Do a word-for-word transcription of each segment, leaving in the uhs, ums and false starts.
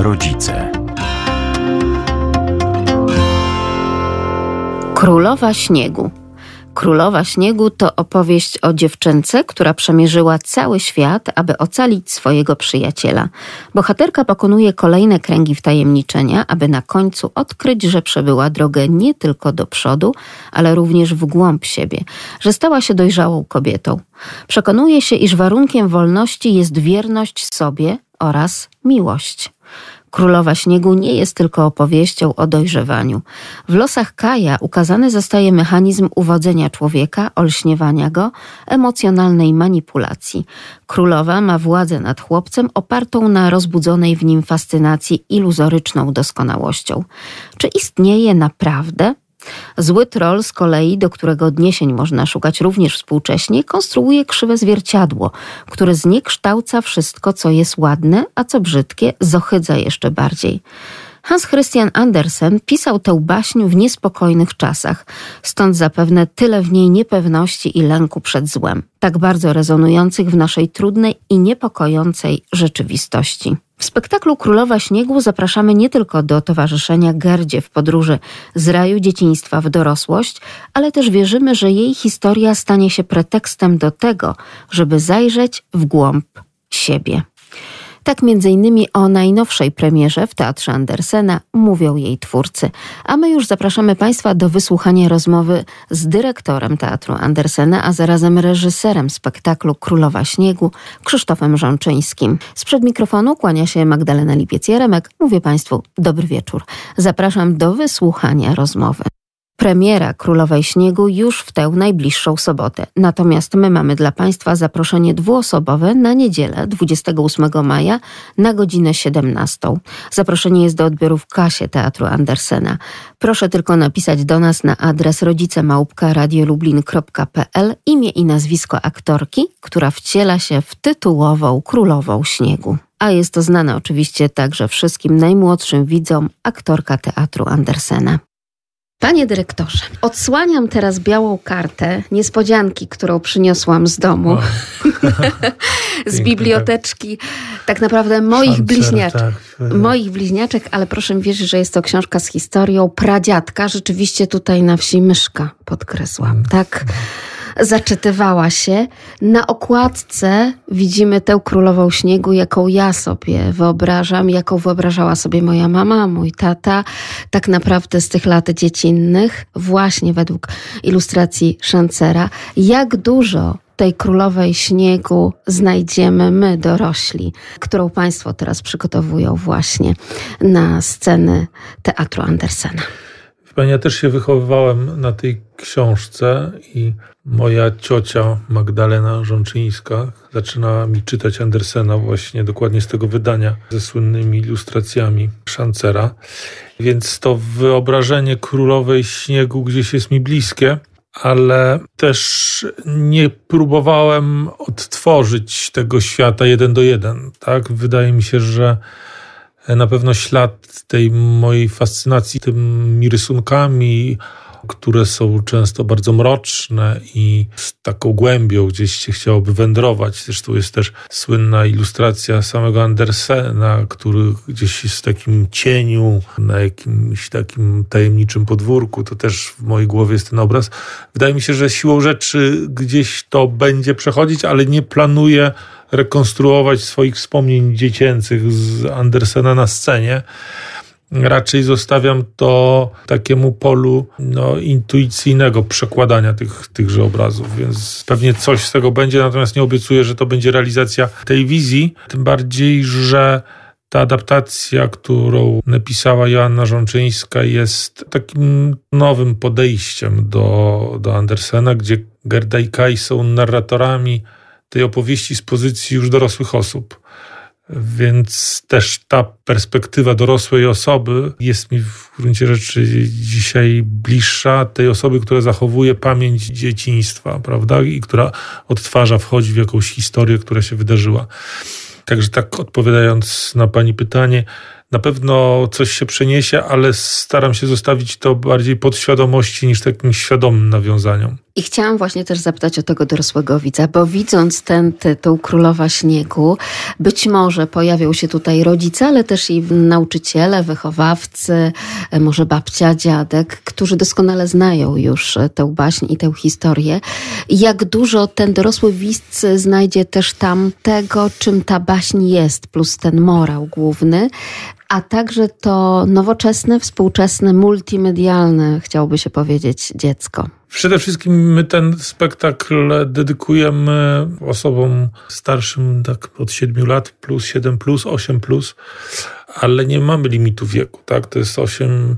rodzice. Królowa śniegu. Królowa śniegu to opowieść o dziewczynce, która przemierzyła cały świat, aby ocalić swojego przyjaciela. Bohaterka pokonuje kolejne kręgi wtajemniczenia, aby na końcu odkryć, że przebyła drogę nie tylko do przodu, ale również w głąb siebie, że stała się dojrzałą kobietą. Przekonuje się, iż warunkiem wolności jest wierność sobie oraz miłość. Królowa śniegu nie jest tylko opowieścią o dojrzewaniu. W losach Kaja ukazany zostaje mechanizm uwodzenia człowieka, olśniewania go, emocjonalnej manipulacji. Królowa ma władzę nad chłopcem opartą na rozbudzonej w nim fascynacji iluzoryczną doskonałością. Czy istnieje naprawdę? Zły troll z kolei, do którego odniesień można szukać również współcześnie, konstruuje krzywe zwierciadło, które zniekształca wszystko, co jest ładne, a co brzydkie, zohydza jeszcze bardziej. Hans Christian Andersen pisał tę baśń w niespokojnych czasach, stąd zapewne tyle w niej niepewności i lęku przed złem, tak bardzo rezonujących w naszej trudnej i niepokojącej rzeczywistości. W spektaklu Królowa Śniegu zapraszamy nie tylko do towarzyszenia Gerdzie w podróży z raju dzieciństwa w dorosłość, ale też wierzymy, że jej historia stanie się pretekstem do tego, żeby zajrzeć w głąb siebie. Tak między innymi o najnowszej premierze w Teatrze Andersena mówią jej twórcy. A my już zapraszamy Państwa do wysłuchania rozmowy z dyrektorem Teatru Andersena, a zarazem reżyserem spektaklu Królowa Śniegu, Krzysztofem Rzączyńskim. Sprzed mikrofonu kłania się Magdalena Lipiec-Jaremek. Mówię Państwu dobry wieczór. Zapraszam do wysłuchania rozmowy. Premiera Królowej Śniegu już w tę najbliższą sobotę. Natomiast my mamy dla Państwa zaproszenie dwuosobowe na niedzielę dwudziestego ósmego maja na godzinę siedemnastą. Zaproszenie jest do odbioru w kasie Teatru Andersena. Proszę tylko napisać do nas na adres rodzice małpka radiolublin kropka pe el imię i nazwisko aktorki, która wciela się w tytułową Królową Śniegu. A jest to znane oczywiście także wszystkim najmłodszym widzom aktorka Teatru Andersena. Panie dyrektorze, odsłaniam teraz białą kartę niespodzianki, którą przyniosłam z domu, z biblioteczki, tak naprawdę moich Szancer, bliźniaczek. Tak. Moich bliźniaczek, ale proszę mi wierzyć, że jest to książka z historią pradziadka. Rzeczywiście tutaj na wsi Myszka podkreślam, tak? Zaczytywała się. Na okładce widzimy tę Królową Śniegu, jaką ja sobie wyobrażam, jaką wyobrażała sobie moja mama, mój tata, tak naprawdę z tych lat dziecinnych, właśnie według ilustracji Szancera. Jak dużo tej Królowej Śniegu znajdziemy my, dorośli, którą Państwo teraz przygotowują właśnie na sceny Teatru Andersena. Ja też się wychowywałem na tej książce i moja ciocia Magdalena Rzączyńska zaczynała mi czytać Andersena właśnie dokładnie z tego wydania ze słynnymi ilustracjami Szancera. Więc to wyobrażenie Królowej Śniegu gdzieś jest mi bliskie, ale też nie próbowałem odtworzyć tego świata jeden do jeden. Tak? Wydaje mi się, że na pewno ślad tej mojej fascynacji tymi rysunkami, które są często bardzo mroczne i z taką głębią gdzieś się chciałoby wędrować. Zresztą jest też słynna ilustracja samego Andersena, który gdzieś jest w takim cieniu, na jakimś takim tajemniczym podwórku. To też w mojej głowie jest ten obraz. Wydaje mi się, że siłą rzeczy gdzieś to będzie przechodzić, ale nie planuję rekonstruować swoich wspomnień dziecięcych z Andersena na scenie. Raczej zostawiam to takiemu polu no, intuicyjnego przekładania tych, tychże obrazów, więc pewnie coś z tego będzie, natomiast nie obiecuję, że to będzie realizacja tej wizji, tym bardziej, że ta adaptacja, którą napisała Joanna Rzączyńska, jest takim nowym podejściem do, do Andersena, gdzie Gerda i Kaj są narratorami tej opowieści z pozycji już dorosłych osób. Więc też ta perspektywa dorosłej osoby jest mi w gruncie rzeczy dzisiaj bliższa tej osoby, która zachowuje pamięć dzieciństwa, prawda? I która odtwarza, wchodzi w jakąś historię, która się wydarzyła. Także tak odpowiadając na pani pytanie, na pewno coś się przeniesie, ale staram się zostawić to bardziej podświadomości niż takim świadomym nawiązaniom. I chciałam właśnie też zapytać o tego dorosłego widza, bo widząc ten tytuł Królowa Śniegu, być może pojawią się tutaj rodzice, ale też i nauczyciele, wychowawcy, może babcia, dziadek, którzy doskonale znają już tę baśń i tę historię. Jak dużo ten dorosły widz znajdzie też tam tego, czym ta baśń jest, plus ten morał główny, a także to nowoczesne, współczesne, multimedialne, chciałoby się powiedzieć, dziecko. Przede wszystkim my ten spektakl dedykujemy osobom starszym tak od siedmiu lat, plus siedem, plus osiem, plus, ale nie mamy limitu wieku, tak? To jest osiem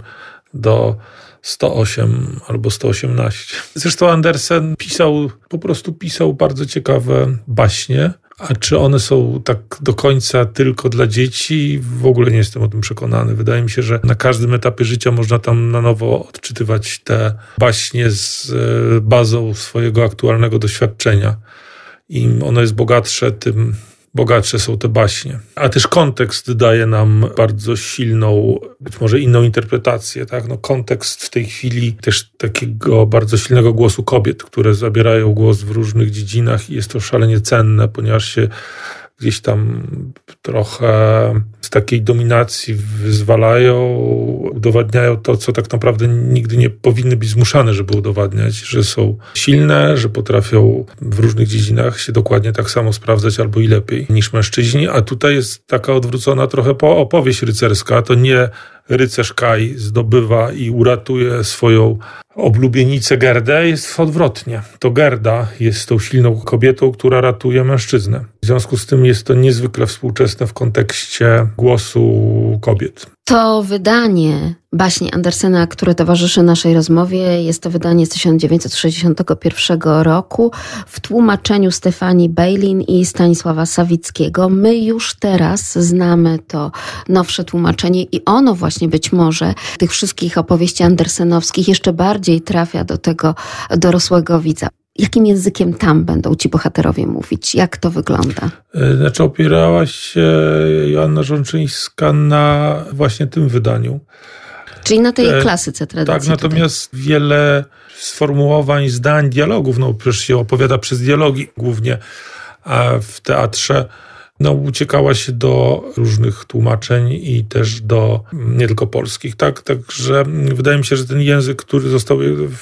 do sto osiem albo sto osiemnaście. Zresztą Andersen pisał, po prostu pisał bardzo ciekawe baśnie, a czy one są tak do końca tylko dla dzieci? W ogóle nie jestem o tym przekonany. Wydaje mi się, że na każdym etapie życia można tam na nowo odczytywać te baśnie z bazą swojego aktualnego doświadczenia. Im ono jest bogatsze, tym bogatsze są te baśnie. A też kontekst daje nam bardzo silną, być może inną interpretację. Tak? No, kontekst w tej chwili też takiego bardzo silnego głosu kobiet, które zabierają głos w różnych dziedzinach i jest to szalenie cenne, ponieważ się gdzieś tam trochę z takiej dominacji wyzwalają, udowadniają to, co tak naprawdę nigdy nie powinny być zmuszane, żeby udowadniać, że są silne, że potrafią w różnych dziedzinach się dokładnie tak samo sprawdzać albo i lepiej niż mężczyźni, a tutaj jest taka odwrócona trochę opowieść rycerska. To nie rycerz Kaj zdobywa i uratuje swoją oblubienicę Gerdę, jest odwrotnie. To Gerda jest tą silną kobietą, która ratuje mężczyznę. W związku z tym jest to niezwykle współczesne w kontekście głosu kobiet. To wydanie baśni Andersena, które towarzyszy naszej rozmowie, jest to wydanie z tysiąc dziewięćset sześćdziesiątego pierwszego roku w tłumaczeniu Stefanii Bejlin i Stanisława Sawickiego. My już teraz znamy to nowsze tłumaczenie i ono właśnie być może tych wszystkich opowieści andersenowskich jeszcze bardziej trafia do tego dorosłego widza. Jakim językiem tam będą ci bohaterowie mówić? Jak to wygląda? Znaczy opierała się Joanna Żonczyńska na właśnie tym wydaniu. Czyli na tej klasyce tradycji. Tak, natomiast tutaj wiele sformułowań, zdań, dialogów, no przecież się opowiada przez dialogi głównie, a w teatrze no, uciekała się do różnych tłumaczeń i też do nie tylko polskich, tak? Także wydaje mi się, że ten język, który został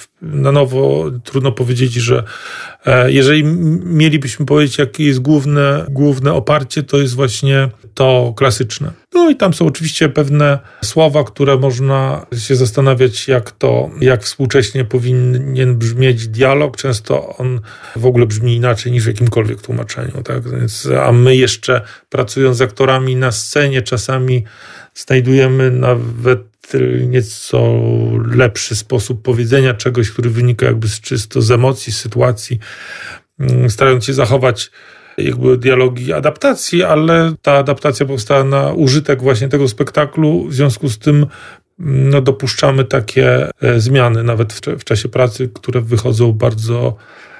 na nowo, trudno powiedzieć, że jeżeli mielibyśmy powiedzieć, jakie jest główne, główne oparcie, to jest właśnie to klasyczne. No i tam są oczywiście pewne słowa, które można się zastanawiać, jak to, jak współcześnie powinien brzmieć dialog. Często on w ogóle brzmi inaczej niż w jakimkolwiek tłumaczeniu, tak? Więc, a my jeszcze pracując z aktorami na scenie czasami znajdujemy nawet nieco lepszy sposób powiedzenia czegoś, który wynika jakby z czysto z emocji, z sytuacji, starając się zachować jakby dialogi adaptacji, ale ta adaptacja powstała na użytek właśnie tego spektaklu, w związku z tym no, dopuszczamy takie zmiany nawet w, w czasie pracy, które wychodzą bardzo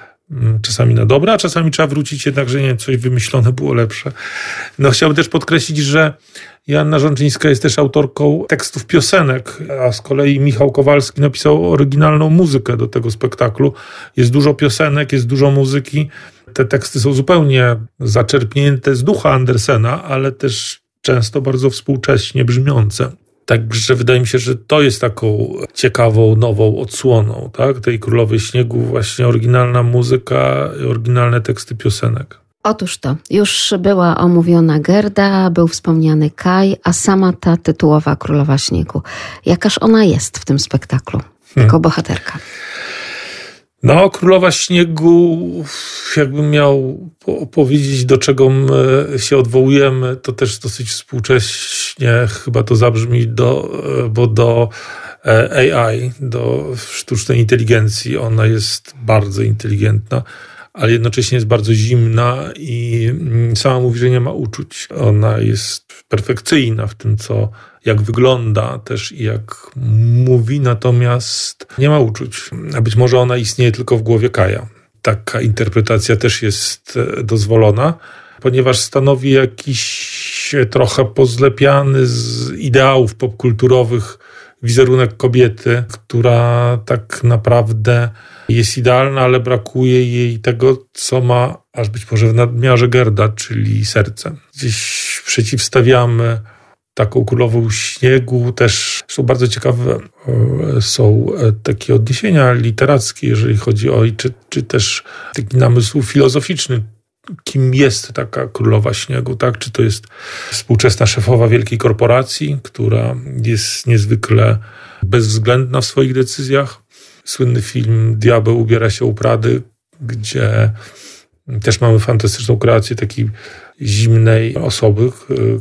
czasami na dobre, a czasami trzeba wrócić jednak, że nie wiem, coś wymyślone było lepsze. No chciałbym też podkreślić, że Joanna Żonczyńska jest też autorką tekstów piosenek, a z kolei Michał Kowalski napisał oryginalną muzykę do tego spektaklu. Jest dużo piosenek, jest dużo muzyki. Te teksty są zupełnie zaczerpnięte z ducha Andersena, ale też często bardzo współcześnie brzmiące. Także wydaje mi się, że to jest taką ciekawą, nową odsłoną, tak? Tej Królowej Śniegu, właśnie oryginalna muzyka, oryginalne teksty piosenek. Otóż to, już była omówiona Gerda, był wspomniany Kaj, a sama ta tytułowa Królowa Śniegu. Jakaż ona jest w tym spektaklu, jako hmm. bohaterka? No, Królowa Śniegu, jakbym miał powiedzieć, do czego my się odwołujemy, to też dosyć współcześnie chyba to zabrzmi, do, bo do A I, do sztucznej inteligencji. Ona jest bardzo inteligentna, ale jednocześnie jest bardzo zimna i sama mówi, że nie ma uczuć. Ona jest perfekcyjna w tym, co, jak wygląda też i jak mówi, natomiast nie ma uczuć. A być może ona istnieje tylko w głowie Kaja. Taka interpretacja też jest dozwolona, ponieważ stanowi jakiś trochę pozlepiany z ideałów popkulturowych wizerunek kobiety, która tak naprawdę jest idealna, ale brakuje jej tego, co ma aż być może w nadmiarze Gerda, czyli serce. Gdzieś przeciwstawiamy taką Królową Śniegu. Też są bardzo ciekawe są takie odniesienia literackie, jeżeli chodzi o czy, czy też taki namysł filozoficzny. Kim jest taka Królowa Śniegu, tak? Czy to jest współczesna szefowa wielkiej korporacji, która jest niezwykle bezwzględna w swoich decyzjach? Słynny film Diabeł ubiera się u Prady, gdzie też mamy fantastyczną kreację takiej zimnej osoby,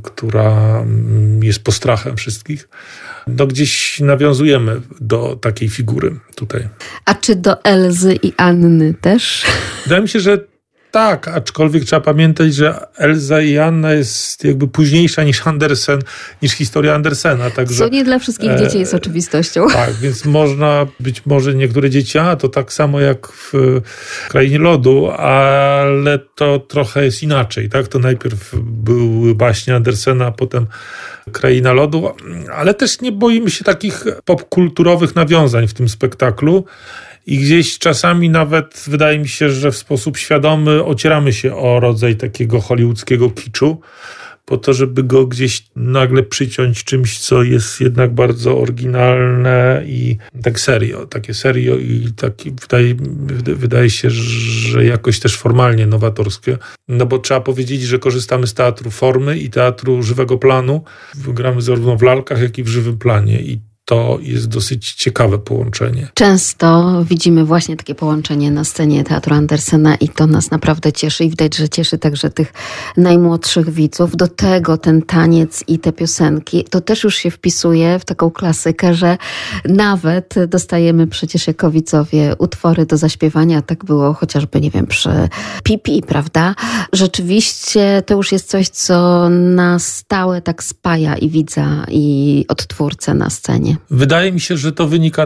która jest postrachem wszystkich. No gdzieś nawiązujemy do takiej figury tutaj. A czy do Elzy i Anny też? Wydaje mi się, że tak, aczkolwiek trzeba pamiętać, że Elza i Anna jest jakby późniejsza niż Andersen, niż historia Andersena. Także, co nie dla wszystkich dzieci jest oczywistością. Tak, więc można być może niektóre dzieci, a to tak samo jak w Krainie Lodu, ale to trochę jest inaczej. Tak? To najpierw były baśnie Andersena, a potem Kraina Lodu, ale też nie boimy się takich popkulturowych nawiązań w tym spektaklu. I gdzieś czasami nawet wydaje mi się, że w sposób świadomy ocieramy się o rodzaj takiego hollywoodzkiego kiczu, po to, żeby go gdzieś nagle przyciąć czymś, co jest jednak bardzo oryginalne i tak serio, takie serio i taki wydaje, wydaje się, że jakoś też formalnie nowatorskie. No bo trzeba powiedzieć, że korzystamy z teatru formy i teatru żywego planu. Gramy zarówno w lalkach, jak i w żywym planie i to jest dosyć ciekawe połączenie. Często widzimy właśnie takie połączenie na scenie teatru Andersena i to nas naprawdę cieszy i widać, że cieszy także tych najmłodszych widzów. Do tego ten taniec i te piosenki, to też już się wpisuje w taką klasykę, że nawet dostajemy przecież jako widzowie utwory do zaśpiewania. Tak było chociażby, nie wiem, przy Pipi, prawda? Rzeczywiście to już jest coś, co na stałe tak spaja i widza, i odtwórcę na scenie. Wydaje mi się, że to wynika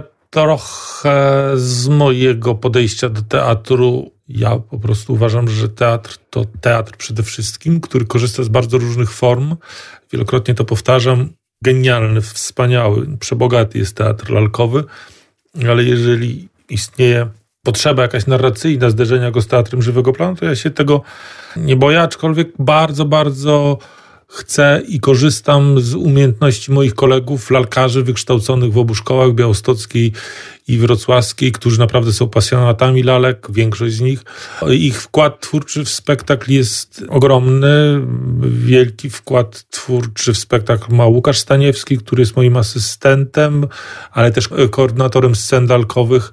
trochę z mojego podejścia do teatru. Ja po prostu uważam, że teatr to teatr przede wszystkim, który korzysta z bardzo różnych form. Wielokrotnie to powtarzam. Genialny, wspaniały, przebogaty jest teatr lalkowy, ale jeżeli istnieje potrzeba jakaś narracyjna zderzenia go z teatrem żywego planu, to ja się tego nie boję, aczkolwiek bardzo, bardzo chcę i korzystam z umiejętności moich kolegów, lalkarzy wykształconych w obu szkołach, białostockiej i wrocławskiej, którzy naprawdę są pasjonatami lalek, większość z nich. Ich wkład twórczy w spektakl jest ogromny. Wielki wkład twórczy w spektakl ma Łukasz Staniewski, który jest moim asystentem, ale też koordynatorem scen lalkowych.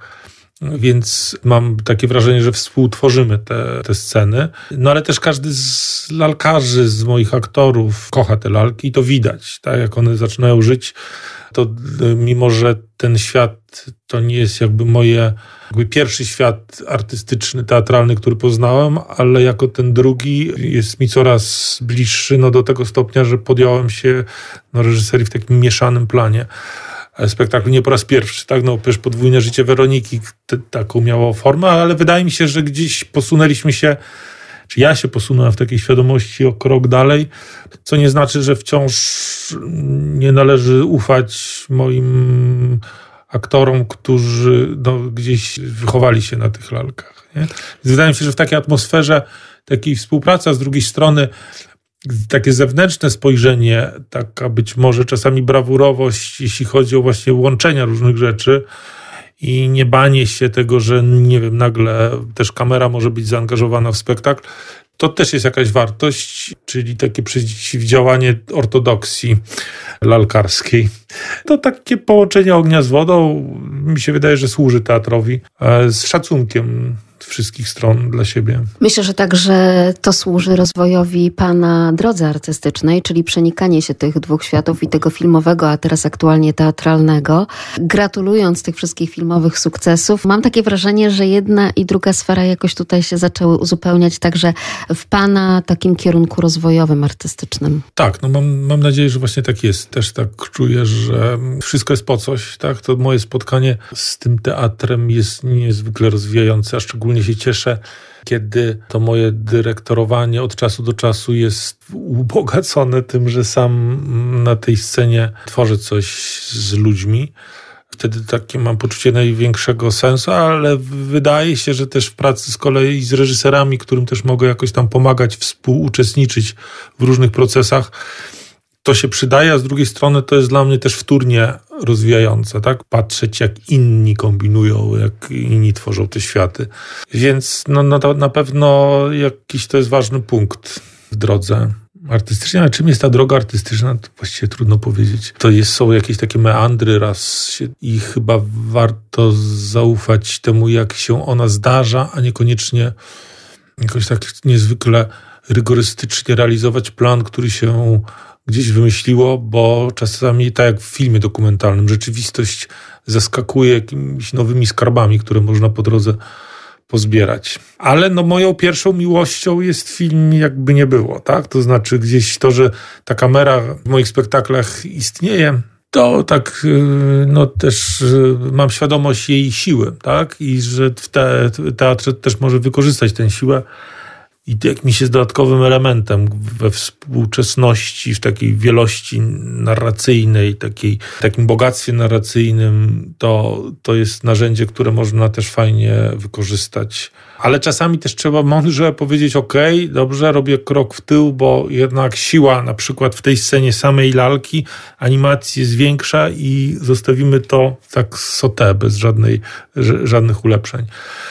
Więc mam takie wrażenie, że współtworzymy te, te sceny. No ale też każdy z lalkarzy, z moich aktorów kocha te lalki i to widać. Tak? Jak one zaczynają żyć, to mimo, że ten świat to nie jest jakby moje jakby pierwszy świat artystyczny, teatralny, który poznałem, ale jako ten drugi jest mi coraz bliższy, no do tego stopnia, że podjąłem się no, reżyserii w takim mieszanym planie. Spektakl nie po raz pierwszy, tak? No przecież Podwójne życie Weroniki te, taką miało formę, ale wydaje mi się, że gdzieś posunęliśmy się, czy ja się posunąłem w takiej świadomości o krok dalej, co nie znaczy, że wciąż nie należy ufać moim aktorom, którzy no, gdzieś wychowali się na tych lalkach. Nie? Więc wydaje mi się, że w takiej atmosferze takiej współpraca z drugiej strony, takie zewnętrzne spojrzenie, taka być może czasami brawurowość, jeśli chodzi o właśnie łączenia różnych rzeczy i nie banie się tego, że nie wiem, nagle też kamera może być zaangażowana w spektakl, to też jest jakaś wartość, czyli takie przeciwdziałanie ortodoksji lalkarskiej. To takie połączenie ognia z wodą mi się wydaje, że służy teatrowi z szacunkiem wszystkich stron dla siebie. Myślę, że także to służy rozwojowi pana drodze artystycznej, czyli przenikanie się tych dwóch światów i tego filmowego, a teraz aktualnie teatralnego. Gratulując tych wszystkich filmowych sukcesów, mam takie wrażenie, że jedna i druga sfera jakoś tutaj się zaczęły uzupełniać także w pana takim kierunku rozwojowym, artystycznym. Tak, no mam, mam nadzieję, że właśnie tak jest. Też tak czuję, że wszystko jest po coś. Tak? To moje spotkanie z tym teatrem jest niezwykle rozwijające, a szczególnie się cieszę, kiedy to moje dyrektorowanie od czasu do czasu jest ubogacone tym, że sam na tej scenie tworzę coś z ludźmi. wtedy takie mam poczucie największego sensu, ale wydaje się, że też w pracy z kolei z reżyserami, którym też mogę jakoś tam pomagać, współuczestniczyć w różnych procesach, to się przydaje, a z drugiej strony to jest dla mnie też wtórnie rozwijające, tak? Patrzeć, jak inni kombinują, jak inni tworzą te światy. Więc no, no to na pewno jakiś to jest ważny punkt w drodze artystycznej. A czym jest ta droga artystyczna? To właściwie trudno powiedzieć. To jest, są jakieś takie meandry raz się, i chyba warto zaufać temu, jak się ona zdarza, a niekoniecznie jakoś tak niezwykle rygorystycznie realizować plan, który się gdzieś wymyśliło, bo czasami, tak jak w filmie dokumentalnym, rzeczywistość zaskakuje jakimiś nowymi skarbami, które można po drodze pozbierać. Ale no moją pierwszą miłością jest film Jakby nie było, tak? To znaczy gdzieś to, że ta kamera w moich spektaklach istnieje, to tak no też mam świadomość jej siły, tak? I że w te, teatrze też może wykorzystać tę siłę. I jakimś jest dodatkowym elementem we współczesności, w takiej wielości narracyjnej, takiej, takim bogactwie narracyjnym, to, to jest narzędzie, które można też fajnie wykorzystać. Ale czasami też trzeba mądrze powiedzieć, okej, dobrze, robię krok w tył, bo jednak siła na przykład w tej scenie samej lalki animacji jest większa i zostawimy to tak sauté, bez żadnej, żadnych ulepszeń.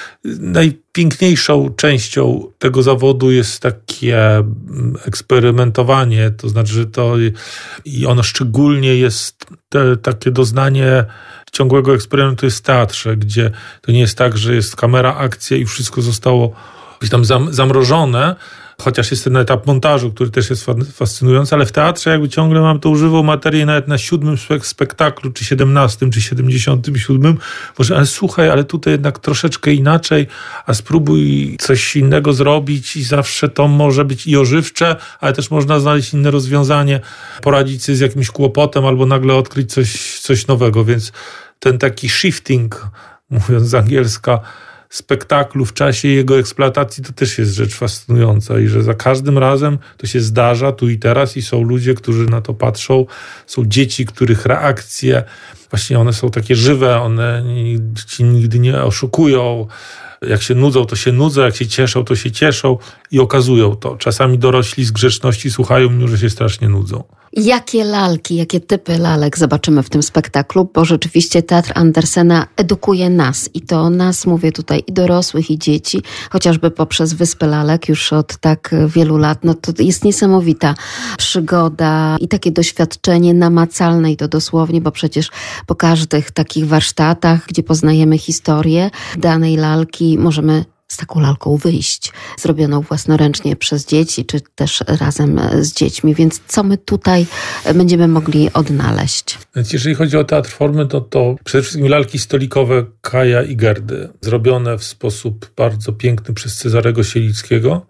Najpiękniejszą częścią tego zawodu jest takie eksperymentowanie, to znaczy, że to i ono szczególnie jest te, takie doznanie ciągłego eksperymentu jest w teatrze, gdzie to nie jest tak, że jest kamera, akcja i wszystko zostało gdzieś tam zam, zamrożone, chociaż jest ten etap montażu, który też jest fascynujący, ale w teatrze jakby ciągle mam tą żywą materię nawet na siódmym spektaklu, czy siedemnastym, czy siedemdziesiątym siódmym. Może, ale słuchaj, ale tutaj jednak troszeczkę inaczej, a spróbuj coś innego zrobić i zawsze to może być i ożywcze, ale też można znaleźć inne rozwiązanie, poradzić sobie z jakimś kłopotem albo nagle odkryć coś, coś nowego, więc ten taki shifting, mówiąc z angielska, spektaklu w czasie jego eksploatacji to też jest rzecz fascynująca i że za każdym razem to się zdarza tu i teraz i są ludzie, którzy na to patrzą, są dzieci, których reakcje właśnie one są takie żywe, one ci nigdy nie oszukują, jak się nudzą, to się nudzą, jak się cieszą, to się cieszą i okazują to. Czasami dorośli z grzeczności słuchają, mimo że się strasznie nudzą. Jakie lalki, jakie typy lalek zobaczymy w tym spektaklu? Bo rzeczywiście Teatr Andersena edukuje nas. I to nas, mówię tutaj, i dorosłych, i dzieci. Chociażby poprzez Wyspę Lalek już od tak wielu lat. No to jest niesamowita przygoda i takie doświadczenie namacalne i to dosłownie, bo przecież po każdych takich warsztatach, gdzie poznajemy historię danej lalki, możemy z taką lalką wyjść, zrobioną własnoręcznie przez dzieci, czy też razem z dziećmi. Więc co my tutaj będziemy mogli odnaleźć? Więc jeżeli chodzi o teatr formy, to, to przede wszystkim lalki stolikowe Kaja i Gerdy, zrobione w sposób bardzo piękny przez Cezarego Sielickiego,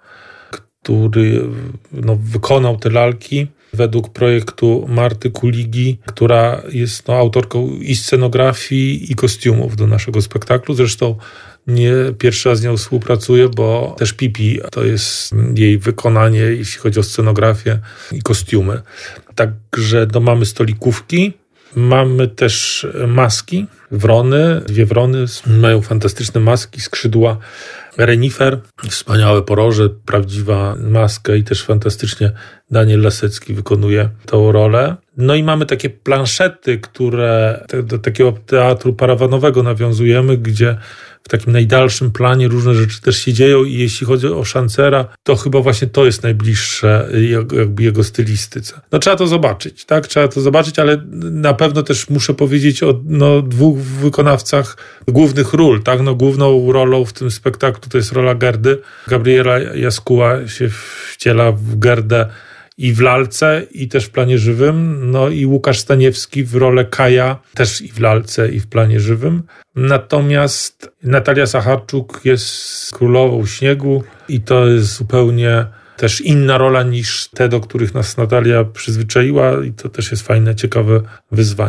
który no, wykonał te lalki według projektu Marty Kuligi, która jest no, autorką i scenografii, i kostiumów do naszego spektaklu. Zresztą nie pierwszy raz z nią współpracuję, bo też Pipi to jest jej wykonanie, jeśli chodzi o scenografię i kostiumy. Także no, mamy stolikówki, mamy też maski, wrony, dwie wrony mają fantastyczne maski, skrzydła. Renifer, wspaniałe poroże, prawdziwa maska i też fantastycznie Daniel Lasecki wykonuje tą rolę. No i mamy takie planszety, które do takiego teatru parawanowego nawiązujemy, gdzie w takim najdalszym planie różne rzeczy też się dzieją i jeśli chodzi o Szancera, to chyba właśnie to jest najbliższe jakby jego stylistyce. No trzeba to zobaczyć, tak? Trzeba to zobaczyć, ale na pewno też muszę powiedzieć o no, dwóch wykonawcach głównych ról, tak? No główną rolą w tym spektaklu to jest rola Gerdy. Gabriela Jaskuła się wciela w Gerdę i w lalce, i też w planie żywym. No i Łukasz Staniewski w rolę Kaja, też i w lalce, i w planie żywym. Natomiast Natalia Sacharczuk jest królową śniegu i to jest zupełnie też inna rola niż te, do których nas Natalia przyzwyczaiła i to też jest fajne, ciekawe wyzwanie.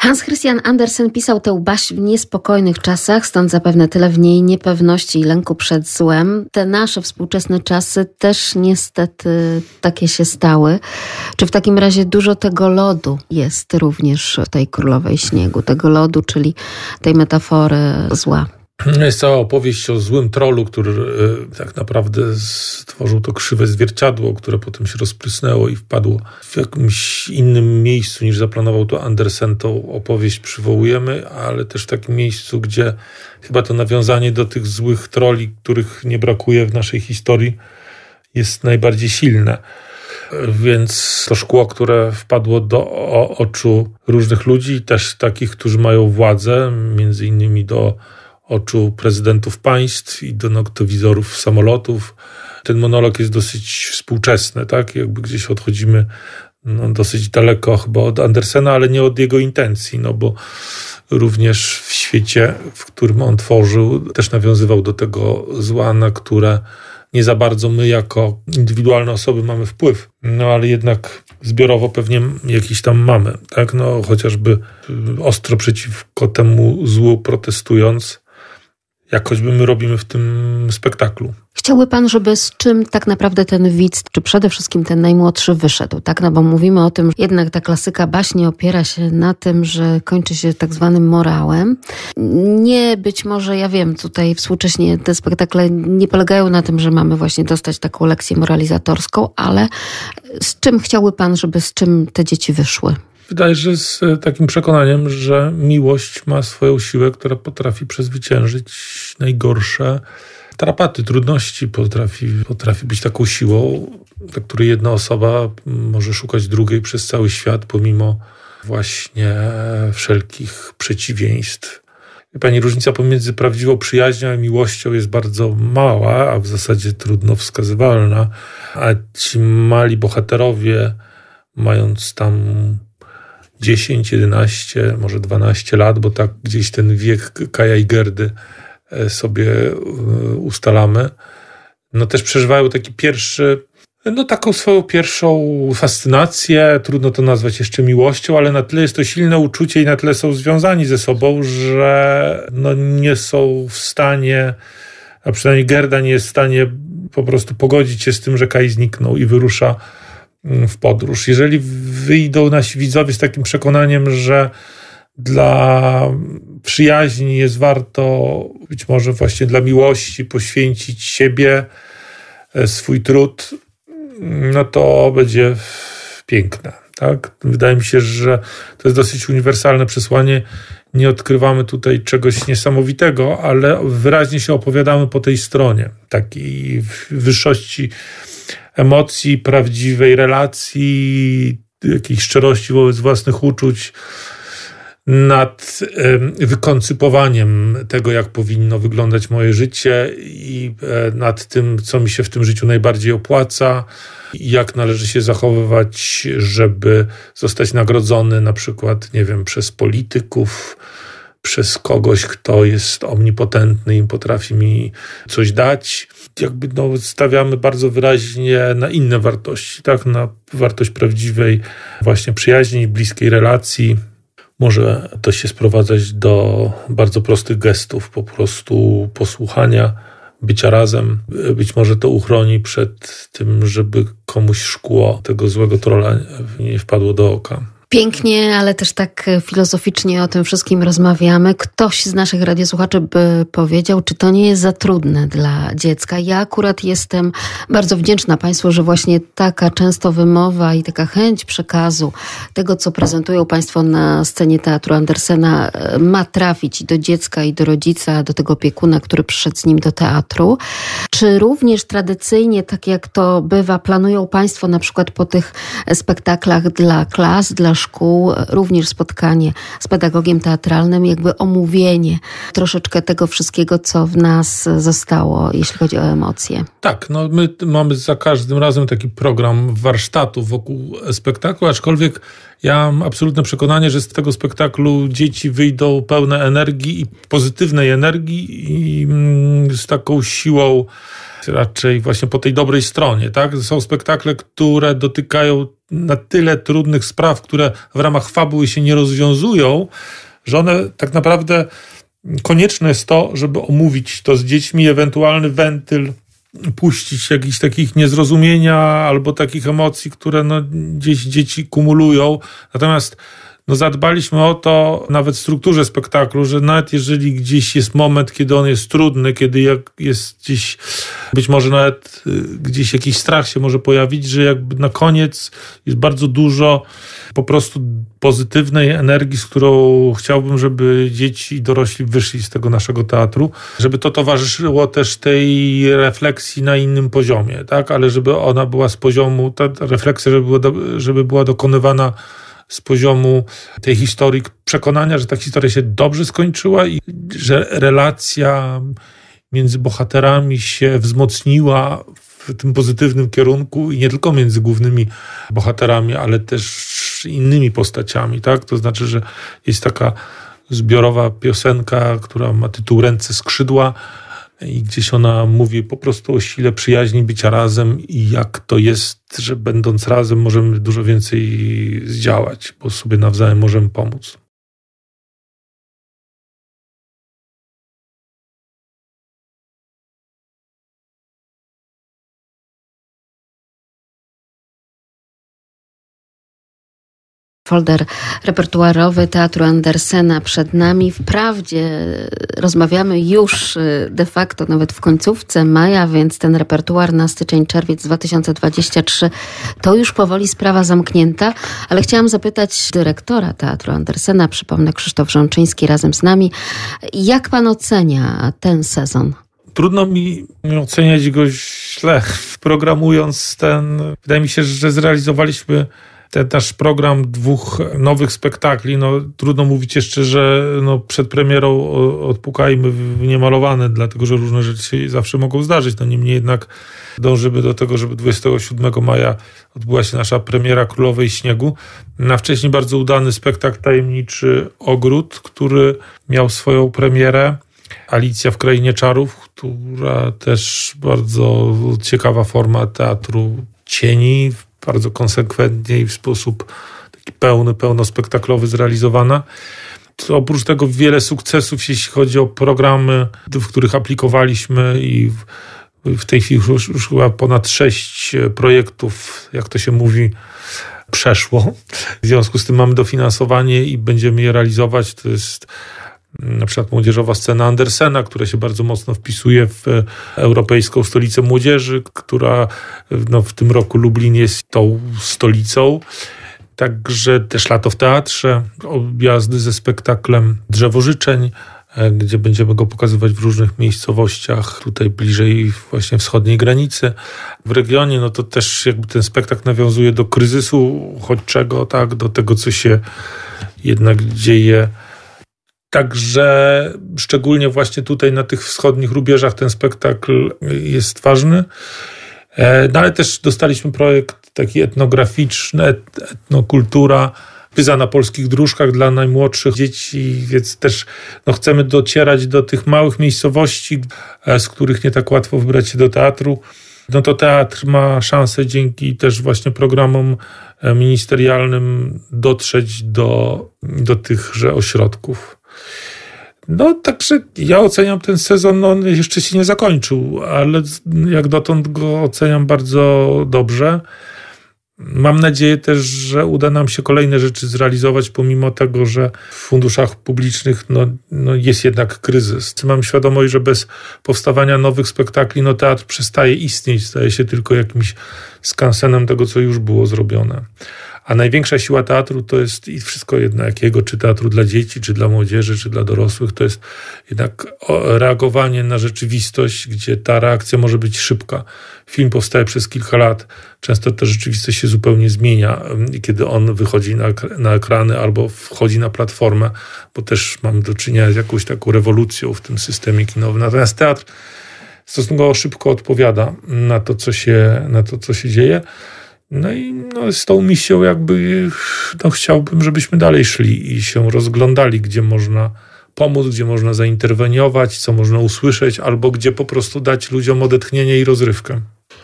Hans Christian Andersen pisał tę baśń w niespokojnych czasach, stąd zapewne tyle w niej niepewności i lęku przed złem. Te nasze współczesne czasy też niestety takie się stały. Czy w takim razie dużo tego lodu jest również w tej Królowej Śniegu? Tego lodu, czyli tej metafory zła. Jest cała opowieść o złym trollu, który tak naprawdę stworzył to krzywe zwierciadło, które potem się rozprysnęło i wpadło w jakimś innym miejscu niż zaplanował to Andersen. Tą opowieść przywołujemy, ale też w takim miejscu, gdzie chyba to nawiązanie do tych złych trolli, których nie brakuje w naszej historii, jest najbardziej silne. Więc to szkło, które wpadło do oczu różnych ludzi, też takich, którzy mają władzę, między innymi do oczu prezydentów państw i do noktowizorów samolotów. Ten monolog jest dosyć współczesny, tak? Jakby gdzieś odchodzimy no, dosyć daleko chyba od Andersena, ale nie od jego intencji, no bo również w świecie, w którym on tworzył, też nawiązywał do tego zła, na które nie za bardzo my jako indywidualne osoby mamy wpływ. No ale jednak zbiorowo pewnie jakiś tam mamy, tak? No chociażby ostro przeciwko temu złu protestując, jak choćby my robimy w tym spektaklu. Chciałby pan, żeby z czym tak naprawdę ten widz, czy przede wszystkim ten najmłodszy wyszedł, tak? No bo mówimy o tym, że jednak ta klasyka baśni opiera się na tym, że kończy się tak zwanym morałem. Nie być może, ja wiem, tutaj współcześnie te spektakle nie polegają na tym, że mamy właśnie dostać taką lekcję moralizatorską, ale z czym chciałby pan, żeby z czym te dzieci wyszły? Wydaje się, że z takim przekonaniem, że miłość ma swoją siłę, która potrafi przezwyciężyć najgorsze tarapaty, trudności, potrafi, potrafi być taką siłą, dla której jedna osoba może szukać drugiej przez cały świat, pomimo właśnie wszelkich przeciwieństw. Pani, różnica pomiędzy prawdziwą przyjaźnią a miłością jest bardzo mała, a w zasadzie trudno wskazywalna, a ci mali bohaterowie, mając tam dziesięć, jedenaście, może dwanaście lat, bo tak gdzieś ten wiek Kaja i Gerdy sobie ustalamy, no też przeżywają taki pierwszy, no taką swoją pierwszą fascynację, trudno to nazwać jeszcze miłością, ale na tyle jest to silne uczucie i na tyle są związani ze sobą, że no nie są w stanie, a przynajmniej Gerda nie jest w stanie po prostu pogodzić się z tym, że Kaj zniknął i wyrusza w podróż. Jeżeli wyjdą nasi widzowie z takim przekonaniem, że dla przyjaźni jest warto być może właśnie dla miłości poświęcić siebie, swój trud, no to będzie piękne. Tak? Wydaje mi się, że to jest dosyć uniwersalne przesłanie. Nie odkrywamy tutaj czegoś niesamowitego, ale wyraźnie się opowiadamy po tej stronie takiej wyższości emocji, prawdziwej relacji, jakiejś szczerości wobec własnych uczuć, nad wykoncypowaniem tego, jak powinno wyglądać moje życie i nad tym, co mi się w tym życiu najbardziej opłaca i jak należy się zachowywać, żeby zostać nagrodzony na przykład, nie wiem, przez polityków, przez kogoś, kto jest omnipotentny i potrafi mi coś dać. Jakby no, stawiamy bardzo wyraźnie na inne wartości, tak? Na wartość prawdziwej właśnie przyjaźni, bliskiej relacji. Może to się sprowadzać do bardzo prostych gestów, po prostu posłuchania, bycia razem. Być może to uchroni przed tym, żeby komuś szkło tego złego trolla nie wpadło do oka. Pięknie, ale też tak filozoficznie o tym wszystkim rozmawiamy. Ktoś z naszych radiosłuchaczy by powiedział, czy to nie jest za trudne dla dziecka. Ja akurat jestem bardzo wdzięczna Państwu, że właśnie taka często wymowa i taka chęć przekazu tego, co prezentują Państwo na scenie Teatru Andersena, ma trafić i do dziecka, i do rodzica, do tego opiekuna, który przyszedł z nim do teatru. Czy również tradycyjnie, tak jak to bywa, planują Państwo na przykład po tych spektaklach dla klas, dla szkół, również spotkanie z pedagogiem teatralnym, jakby omówienie troszeczkę tego wszystkiego, co w nas zostało, jeśli chodzi o emocje? Tak, no my mamy za każdym razem taki program warsztatów wokół spektaklu, aczkolwiek ja mam absolutne przekonanie, że z tego spektaklu dzieci wyjdą pełne energii i pozytywnej energii i z taką siłą raczej właśnie po tej dobrej stronie, tak? Są spektakle, które dotykają na tyle trudnych spraw, które w ramach fabuły się nie rozwiązują, że one tak naprawdę konieczne jest to, żeby omówić to z dziećmi, ewentualny wentyl, puścić jakichś takich niezrozumienia albo takich emocji, które no gdzieś dzieci kumulują. Natomiast no zadbaliśmy o to nawet w strukturze spektaklu, że nawet jeżeli gdzieś jest moment, kiedy on jest trudny, kiedy jak jest gdzieś, być może nawet gdzieś jakiś strach się może pojawić, że jakby na koniec jest bardzo dużo po prostu pozytywnej energii, z którą chciałbym, żeby dzieci i dorośli wyszli z tego naszego teatru, żeby to towarzyszyło też tej refleksji na innym poziomie, tak? Ale żeby ona była z poziomu, ta refleksja, żeby była, do, żeby była dokonywana z poziomu tej historii, przekonania, że ta historia się dobrze skończyła i że relacja między bohaterami się wzmocniła w tym pozytywnym kierunku i nie tylko między głównymi bohaterami, ale też innymi postaciami, tak? To znaczy, że jest taka zbiorowa piosenka, która ma tytuł Ręce skrzydła i gdzieś ona mówi po prostu o sile przyjaźni, bycia razem i jak to jest, że będąc razem możemy dużo więcej zdziałać, bo sobie nawzajem możemy pomóc. Folder repertuarowy Teatru Andersena przed nami. Wprawdzie rozmawiamy już de facto nawet w końcówce maja, więc ten repertuar na styczeń, czerwiec dwa tysiące dwudziesty trzeci to już powoli sprawa zamknięta, ale chciałam zapytać dyrektora Teatru Andersena, przypomnę Krzysztof Rzączyński razem z nami, jak pan ocenia ten sezon? Trudno mi oceniać go źle. Programując ten, wydaje mi się, że zrealizowaliśmy ten nasz program dwóch nowych spektakli. No, trudno mówić jeszcze, że no, przed premierą odpukajmy w niemalowane, dlatego że różne rzeczy się zawsze mogą zdarzyć. No, niemniej jednak dążymy do tego, żeby dwudziestego siódmego maja odbyła się nasza premiera Królowej Śniegu. Na wcześniej bardzo udany spektakl Tajemniczy Ogród, który miał swoją premierę. Alicja w Krainie Czarów, która też bardzo ciekawa forma teatru cieni, bardzo konsekwentnie i w sposób taki pełny, pełnospektaklowy zrealizowana. To oprócz tego wiele sukcesów, jeśli chodzi o programy, w których aplikowaliśmy i w, w tej chwili już, już chyba ponad sześć projektów, jak to się mówi, przeszło. W związku z tym mamy dofinansowanie i będziemy je realizować. To jest na przykład Młodzieżowa Scena Andersena, która się bardzo mocno wpisuje w Europejską Stolicę Młodzieży, która no, w tym roku Lublin jest tą stolicą. Także też Lato w Teatrze, objazdy ze spektaklem Drzewo Życzeń, gdzie będziemy go pokazywać w różnych miejscowościach, tutaj bliżej właśnie wschodniej granicy. W regionie, no to też jakby ten spektakl nawiązuje do kryzysu uchodźczego, tak, do tego, co się jednak dzieje. Także szczególnie właśnie tutaj na tych wschodnich rubieżach ten spektakl jest ważny. No ale też dostaliśmy projekt taki etnograficzny, etnokultura, Pyza na polskich dróżkach dla najmłodszych dzieci, więc też no, chcemy docierać do tych małych miejscowości, z których nie tak łatwo wybrać się do teatru. No to teatr ma szansę dzięki też właśnie programom ministerialnym dotrzeć do, do tychże ośrodków. No także ja oceniam ten sezon, no on jeszcze się nie zakończył, ale jak dotąd go oceniam bardzo dobrze. Mam nadzieję też, że uda nam się kolejne rzeczy zrealizować, pomimo tego, że w funduszach publicznych no, no jest jednak kryzys. Mam świadomość, że bez powstawania nowych spektakli no teatr przestaje istnieć, staje się tylko jakimś skansenem tego, co już było zrobione. A największa siła teatru to jest i wszystko jedno jakiego, czy teatru dla dzieci, czy dla młodzieży, czy dla dorosłych, to jest jednak reagowanie na rzeczywistość, gdzie ta reakcja może być szybka. Film powstaje przez kilka lat, często ta rzeczywistość się zupełnie zmienia, kiedy on wychodzi na, na ekrany albo wchodzi na platformę, bo też mamy do czynienia z jakąś taką rewolucją w tym systemie kinowym. Natomiast teatr stosunkowo szybko odpowiada na to, co się, na to, co się dzieje. No i no, z tą misją jakby no, chciałbym, żebyśmy dalej szli i się rozglądali, gdzie można pomóc, gdzie można zainterweniować, co można usłyszeć, albo gdzie po prostu dać ludziom odetchnienie i rozrywkę.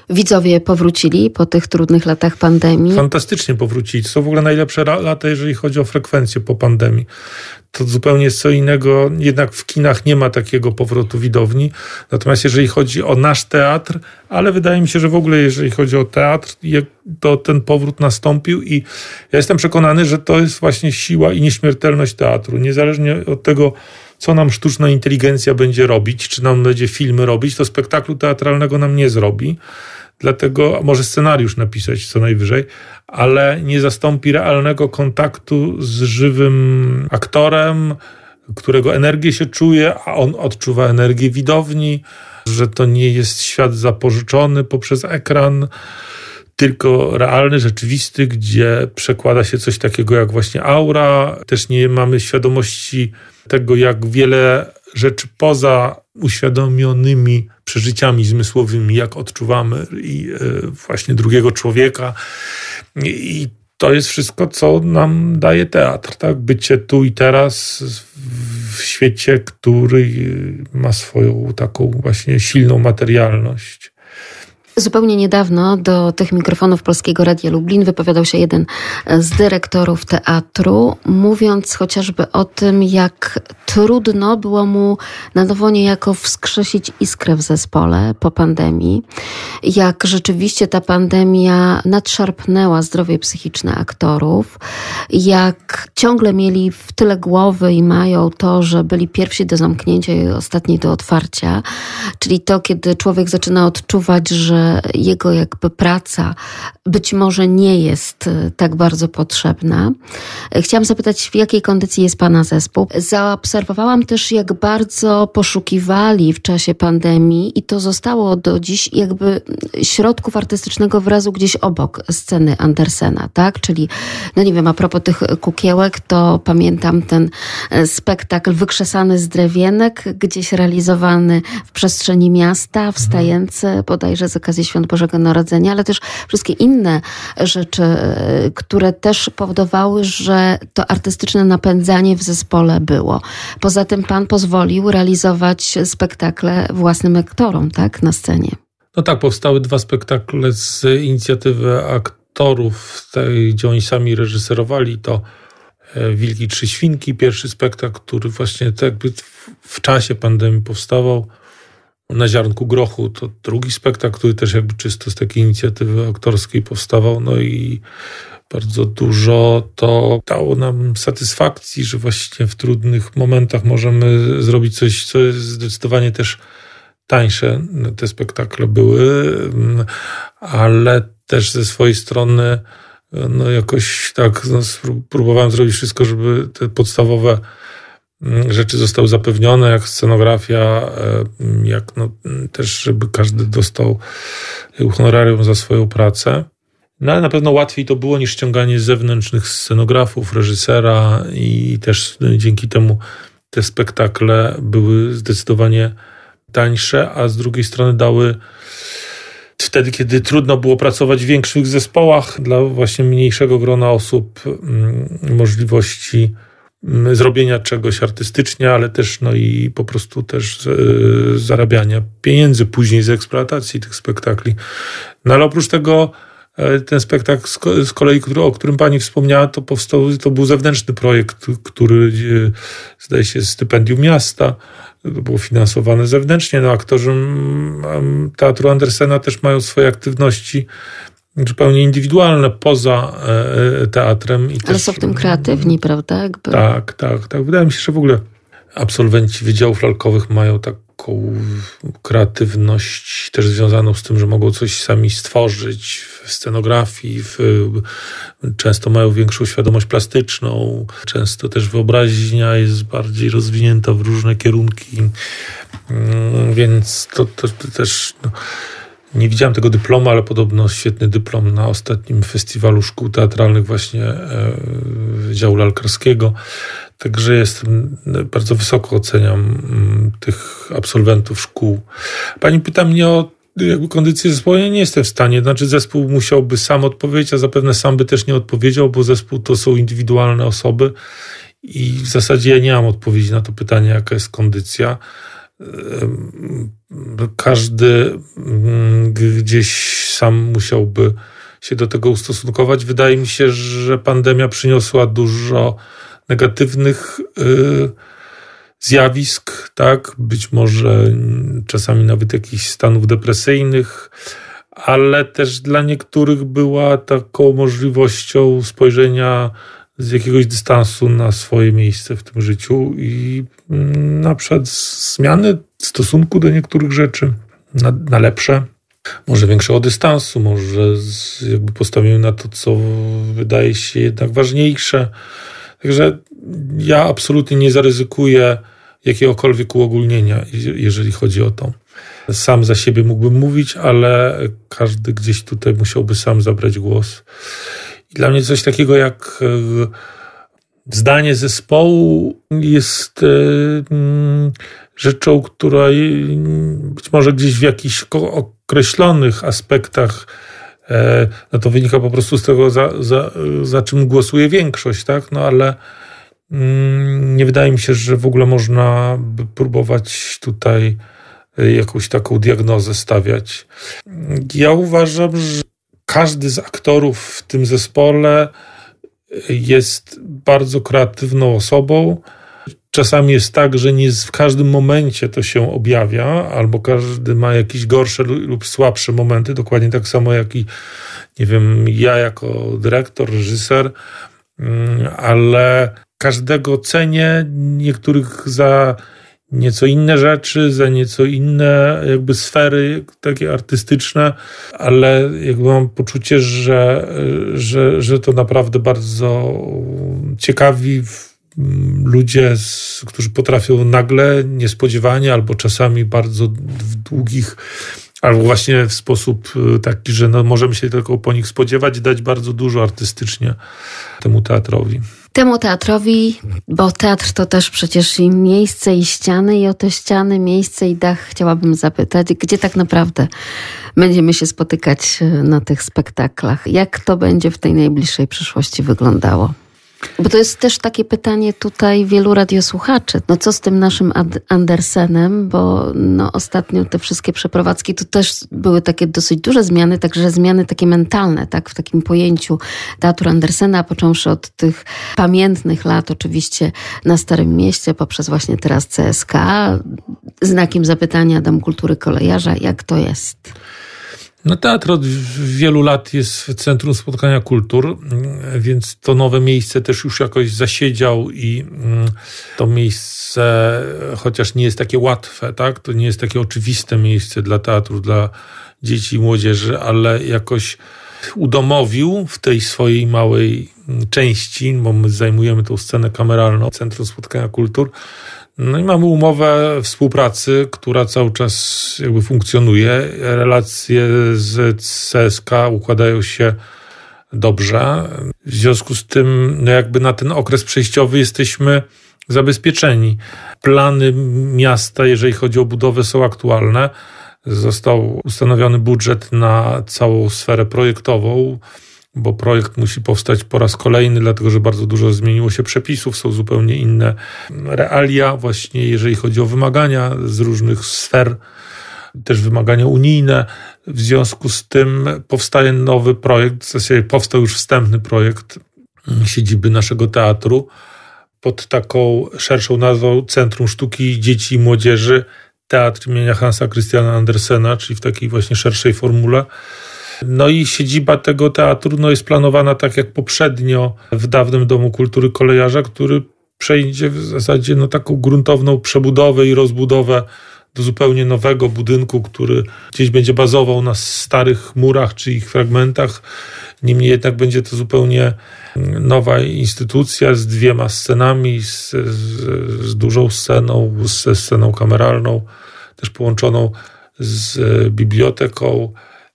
Widzowie powrócili po tych trudnych latach pandemii? Fantastycznie powrócili. To są w ogóle najlepsze lata, jeżeli chodzi o frekwencję po pandemii. To zupełnie jest co innego. Jednak w kinach nie ma takiego powrotu widowni. Natomiast jeżeli chodzi o nasz teatr, ale wydaje mi się, że w ogóle jeżeli chodzi o teatr, to ten powrót nastąpił i ja jestem przekonany, że to jest właśnie siła i nieśmiertelność teatru. Niezależnie od tego, co nam sztuczna inteligencja będzie robić, czy nam będzie filmy robić, to spektaklu teatralnego nam nie zrobi. Dlatego może scenariusz napisać co najwyżej, ale nie zastąpi realnego kontaktu z żywym aktorem, którego energię się czuje, a on odczuwa energię widowni, że to nie jest świat zapożyczony poprzez ekran, tylko realny, rzeczywisty, gdzie przekłada się coś takiego jak właśnie aura. Też nie mamy świadomości tego, jak wiele rzeczy poza uświadomionymi przeżyciami zmysłowymi, jak odczuwamy i właśnie drugiego człowieka. I to jest wszystko, co nam daje teatr, tak? Bycie tu i teraz w świecie, który ma swoją taką właśnie silną materialność. Zupełnie niedawno do tych mikrofonów Polskiego Radia Lublin wypowiadał się jeden z dyrektorów teatru, mówiąc chociażby o tym, jak trudno było mu na nowo niejako wskrzesić iskrę w zespole po pandemii, jak rzeczywiście ta pandemia nadszarpnęła zdrowie psychiczne aktorów, jak ciągle mieli w tyle głowy i mają to, że byli pierwsi do zamknięcia i ostatni do otwarcia, czyli to, kiedy człowiek zaczyna odczuwać, że jego jakby praca być może nie jest tak bardzo potrzebna. Chciałam zapytać, w jakiej kondycji jest Pana zespół? Zaobserwowałam też, jak bardzo poszukiwali w czasie pandemii i to zostało do dziś jakby środków artystycznego wyrazu gdzieś obok sceny Andersena, tak? Czyli, no nie wiem, a propos tych kukiełek, to pamiętam ten spektakl wykrzesany z drewienek, gdzieś realizowany w przestrzeni miasta, wstający bodajże z okazji Świąt Bożego Narodzenia, ale też wszystkie inne rzeczy, które też powodowały, że to artystyczne napędzanie w zespole było. Poza tym Pan pozwolił realizować spektakle własnym aktorom, tak, na scenie. No tak, powstały dwa spektakle z inicjatywy aktorów, tej, gdzie oni sami reżyserowali to. Wilki Trzy Świnki, pierwszy spektakl, który właśnie tak jakby w czasie pandemii powstawał. Na ziarnku grochu to drugi spektakl, który też jakby czysto z takiej inicjatywy aktorskiej powstawał. No i bardzo dużo to dało nam satysfakcji, że właśnie w trudnych momentach możemy zrobić coś, co jest zdecydowanie też tańsze. Te spektakle były, ale też ze swojej strony no jakoś tak no, próbowałem zrobić wszystko, żeby te podstawowe rzeczy zostały zapewnione, jak scenografia, jak no, też, żeby każdy dostał honorarium za swoją pracę. No ale na pewno łatwiej to było niż ściąganie zewnętrznych scenografów, reżysera i też dzięki temu te spektakle były zdecydowanie tańsze, a z drugiej strony dały wtedy, kiedy trudno było pracować w większych zespołach, dla właśnie mniejszego grona osób możliwości zrobienia czegoś artystycznie, ale też no i po prostu też z, zarabiania pieniędzy później z eksploatacji tych spektakli. No ale oprócz tego ten spektakl z kolei, o którym Pani wspomniała, to powstał, to był zewnętrzny projekt, który zdaje się stypendium miasta, to było finansowane zewnętrznie. No aktorzy Teatru Andersena też mają swoje aktywności zupełnie indywidualne poza teatrem. I Ale też, są w tym kreatywni, prawda? Jakby. Tak, tak, tak. Wydaje mi się, że w ogóle absolwenci wydziałów lalkowych mają taką kreatywność też związaną z tym, że mogą coś sami stworzyć w scenografii, w, często mają większą świadomość plastyczną, często też wyobraźnia jest bardziej rozwinięta w różne kierunki, więc to, to, to też... No, nie widziałem tego dyplomu, ale podobno świetny dyplom na ostatnim festiwalu szkół teatralnych właśnie Wydziału Lalkarskiego. Także jestem, bardzo wysoko oceniam tych absolwentów szkół. Pani pyta mnie o jakby kondycję zespołu. Ja nie jestem w stanie. Znaczy zespół musiałby sam odpowiedzieć, a zapewne sam by też nie odpowiedział, bo zespół to są indywidualne osoby i w zasadzie ja nie mam odpowiedzi na to pytanie, jaka jest kondycja. każdy gdzieś sam musiałby się do tego ustosunkować. Wydaje mi się, że pandemia przyniosła dużo negatywnych zjawisk, tak? Być może czasami nawet jakichś stanów depresyjnych, ale też dla niektórych była taką możliwością spojrzenia z jakiegoś dystansu na swoje miejsce w tym życiu i na przykład zmiany stosunku do niektórych rzeczy na, na lepsze. Może większego dystansu, może z, jakby postawimy na to, co wydaje się jednak ważniejsze. Także ja absolutnie nie zaryzykuję jakiegokolwiek uogólnienia, jeżeli chodzi o to. Sam za siebie mógłbym mówić, ale każdy gdzieś tutaj musiałby sam zabrać głos. I dla mnie coś takiego jak zdanie zespołu jest rzeczą, która być może gdzieś w jakichś określonych aspektach, no to wynika po prostu z tego, za, za, za czym głosuje większość, tak? No ale nie wydaje mi się, że w ogóle można by próbować tutaj jakąś taką diagnozę stawiać. Ja uważam, że każdy z aktorów w tym zespole jest bardzo kreatywną osobą. Czasami jest tak, że nie w każdym momencie to się objawia, albo każdy ma jakieś gorsze lub słabsze momenty, dokładnie tak samo jak i, nie wiem, ja jako dyrektor, reżyser, ale każdego cenię, niektórych za nieco inne rzeczy, za nieco inne jakby sfery takie artystyczne, ale jakby mam poczucie, że, że, że to naprawdę bardzo ciekawi ludzie, którzy potrafią nagle, niespodziewanie, albo czasami bardzo w długich, albo właśnie w sposób taki, że no możemy się tylko po nich spodziewać, dać bardzo dużo artystycznie temu teatrowi. Temu teatrowi, bo teatr to też przecież i miejsce, i ściany, i o te ściany, miejsce i dach chciałabym zapytać, gdzie tak naprawdę będziemy się spotykać na tych spektaklach? Jak to będzie w tej najbliższej przyszłości wyglądało? Bo to jest też takie pytanie tutaj wielu radiosłuchaczy. No co z tym naszym Andersenem? Bo no ostatnio te wszystkie przeprowadzki to też były takie dosyć duże zmiany, także zmiany takie mentalne, tak, w takim pojęciu teatru Andersena, począwszy od tych pamiętnych lat oczywiście na Starym Mieście, poprzez właśnie teraz C S K. Znakiem zapytania Dom Kultury Kolejarza. Jak to jest? No teatr od wielu lat jest w Centrum Spotkania Kultur, więc to nowe miejsce też już jakoś zasiedział i to miejsce, chociaż nie jest takie łatwe, tak? To nie jest takie oczywiste miejsce dla teatru, dla dzieci i młodzieży, ale jakoś udomowił w tej swojej małej części, bo my zajmujemy tą scenę kameralną Centrum Spotkania Kultur. No i mamy umowę współpracy, która cały czas jakby funkcjonuje. Relacje z C S K układają się dobrze. W związku z tym no jakby na ten okres przejściowy jesteśmy zabezpieczeni. Plany miasta, jeżeli chodzi o budowę, są aktualne. Został ustanowiony budżet na całą sferę projektową, bo projekt musi powstać po raz kolejny, dlatego że bardzo dużo zmieniło się przepisów, są zupełnie inne realia właśnie, jeżeli chodzi o wymagania z różnych sfer, też wymagania unijne. W związku z tym powstaje nowy projekt, w zasadzie powstał już wstępny projekt siedziby naszego teatru pod taką szerszą nazwą Centrum Sztuki Dzieci i Młodzieży, Teatr imienia Hansa Christiana Andersena, czyli w takiej właśnie szerszej formule. No i siedziba tego teatru no jest planowana tak jak poprzednio w dawnym Domu Kultury Kolejarza, który przejdzie w zasadzie no taką gruntowną przebudowę i rozbudowę do zupełnie nowego budynku, który gdzieś będzie bazował na starych murach czy ich fragmentach. Niemniej jednak będzie to zupełnie nowa instytucja z dwiema scenami, z, z, z dużą sceną, ze sceną kameralną, też połączoną z biblioteką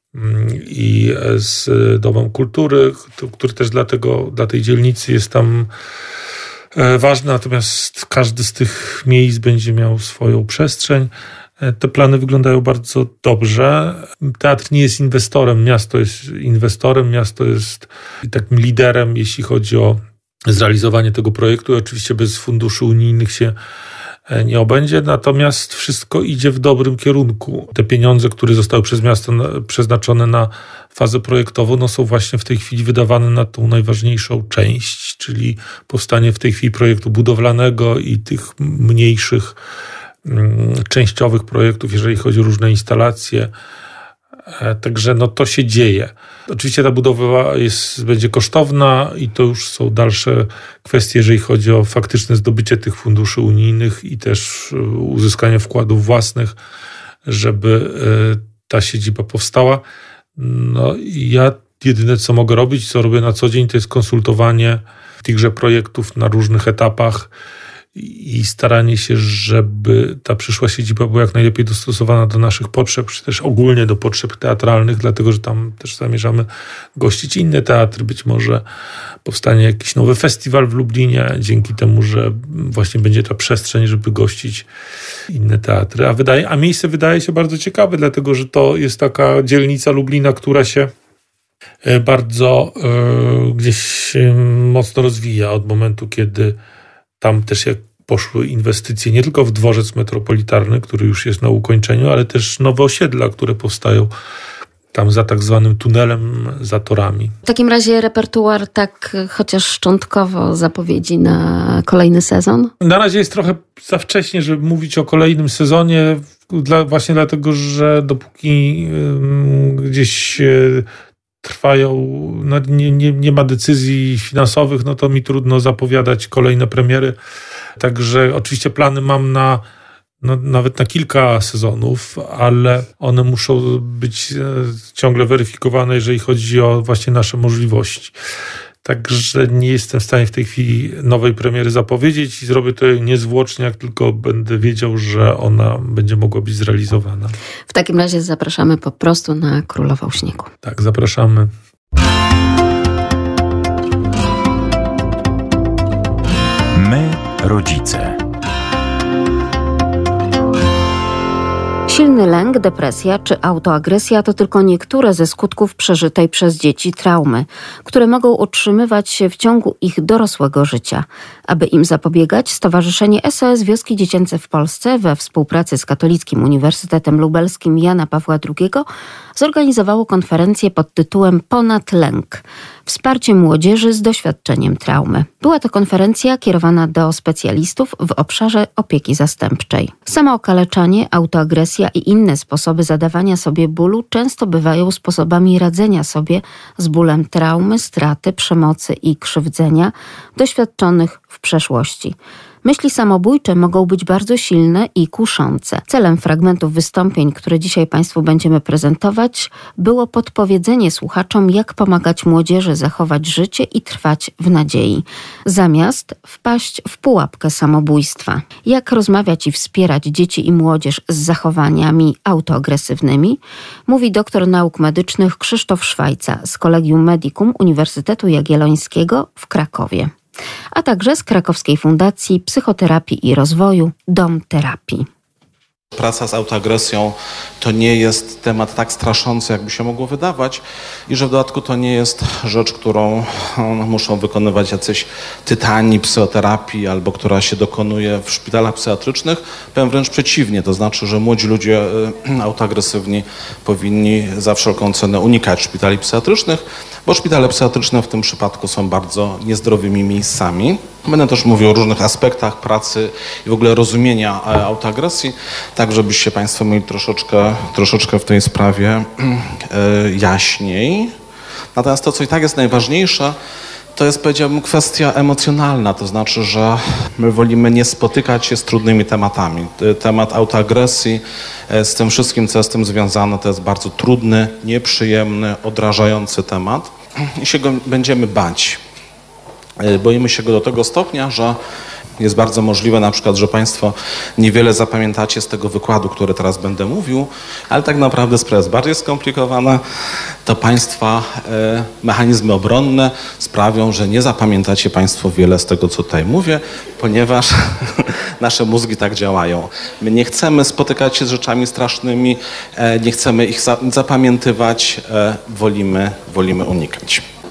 i z Domem Kultury, który też dla, tego, dla tej dzielnicy jest tam ważny, natomiast każdy z tych miejsc będzie miał swoją przestrzeń. Te plany wyglądają bardzo dobrze. Teatr nie jest inwestorem, miasto jest inwestorem, miasto jest takim liderem, jeśli chodzi o zrealizowanie tego projektu. I oczywiście bez funduszy unijnych się nie obędzie, natomiast wszystko idzie w dobrym kierunku. Te pieniądze, które zostały przez miasto przeznaczone na fazę projektową, no są właśnie w tej chwili wydawane na tą najważniejszą część, czyli powstanie w tej chwili projektu budowlanego i tych mniejszych, częściowych projektów, jeżeli chodzi o różne instalacje. Także no to się dzieje. Oczywiście ta budowa jest, będzie kosztowna i to już są dalsze kwestie, jeżeli chodzi o faktyczne zdobycie tych funduszy unijnych i też uzyskanie wkładów własnych, żeby ta siedziba powstała. No i ja jedyne, co mogę robić, co robię na co dzień, to jest konsultowanie tychże projektów na różnych etapach i staranie się, żeby ta przyszła siedziba była jak najlepiej dostosowana do naszych potrzeb, czy też ogólnie do potrzeb teatralnych, dlatego że tam też zamierzamy gościć inne teatry. Być może powstanie jakiś nowy festiwal w Lublinie, dzięki temu, że właśnie będzie ta przestrzeń, żeby gościć inne teatry. A, wydaje, a miejsce wydaje się bardzo ciekawe, dlatego że to jest taka dzielnica Lublina, która się bardzo yy, gdzieś yy, mocno rozwija od momentu, kiedy tam też jak poszły inwestycje nie tylko w dworzec metropolitarny, który już jest na ukończeniu, ale też nowe osiedla, które powstają tam za tak zwanym tunelem, za torami. W takim razie repertuar tak chociaż szczątkowo zapowiedzi na kolejny sezon? Na razie jest trochę za wcześnie, żeby mówić o kolejnym sezonie, dla, właśnie dlatego, że dopóki y, gdzieś y, trwają, no nie, nie, nie ma decyzji finansowych, no to mi trudno zapowiadać kolejne premiery. Także oczywiście plany mam na no, nawet na kilka sezonów, ale one muszą być ciągle weryfikowane, jeżeli chodzi o właśnie nasze możliwości. Także nie jestem w stanie w tej chwili nowej premiery zapowiedzieć i zrobię to niezwłocznie, jak tylko będę wiedział, że ona będzie mogła być zrealizowana. W takim razie zapraszamy po prostu na Królową Śniegu. Tak, zapraszamy. My, rodzice. Silny lęk, depresja czy autoagresja to tylko niektóre ze skutków przeżytej przez dzieci traumy, które mogą utrzymywać się w ciągu ich dorosłego życia. Aby im zapobiegać, Stowarzyszenie S O S Wioski Dziecięce w Polsce we współpracy z Katolickim Uniwersytetem Lubelskim Jana Pawła drugiego zorganizowało konferencję pod tytułem Ponad lęk. Wsparcie młodzieży z doświadczeniem traumy. Była to konferencja kierowana do specjalistów w obszarze opieki zastępczej. Samookaleczanie, autoagresja i inne sposoby zadawania sobie bólu często bywają sposobami radzenia sobie z bólem traumy, straty, przemocy i krzywdzenia doświadczonych w przeszłości. Myśli samobójcze mogą być bardzo silne i kuszące. Celem fragmentów wystąpień, które dzisiaj Państwu będziemy prezentować, było podpowiedzenie słuchaczom, jak pomagać młodzieży zachować życie i trwać w nadziei, zamiast wpaść w pułapkę samobójstwa. Jak rozmawiać i wspierać dzieci i młodzież z zachowaniami autoagresywnymi, mówi doktor nauk medycznych Krzysztof Szwajca z Collegium Medicum Uniwersytetu Jagiellońskiego w Krakowie, a także z Krakowskiej Fundacji Psychoterapii i Rozwoju Dom Terapii. Praca z autoagresją to nie jest temat tak straszący, jakby się mogło wydawać i że w dodatku to nie jest rzecz, którą muszą wykonywać jacyś tytani psychoterapii albo która się dokonuje w szpitalach psychiatrycznych. Powiem wręcz przeciwnie, to znaczy, że młodzi ludzie autoagresywni powinni za wszelką cenę unikać szpitali psychiatrycznych, bo szpitale psychiatryczne w tym przypadku są bardzo niezdrowymi miejscami. Będę też mówił o różnych aspektach pracy i w ogóle rozumienia autoagresji, tak żebyście Państwo mieli troszeczkę, troszeczkę w tej sprawie jaśniej. Natomiast to, co i tak jest najważniejsze, to jest, powiedziałbym, kwestia emocjonalna, to znaczy, że my wolimy nie spotykać się z trudnymi tematami. Temat autoagresji z tym wszystkim, co jest z tym związane, to jest bardzo trudny, nieprzyjemny, odrażający temat i się go będziemy bać. Boimy się go do tego stopnia, że jest bardzo możliwe na przykład, że Państwo niewiele zapamiętacie z tego wykładu, który teraz będę mówił, ale tak naprawdę sprawa jest bardziej skomplikowana. To Państwa e, mechanizmy obronne sprawią, że nie zapamiętacie Państwo wiele z tego, co tutaj mówię, ponieważ nasze mózgi tak działają. My nie chcemy spotykać się z rzeczami strasznymi, e, nie chcemy ich za, zapamiętywać, e, wolimy, wolimy unikać.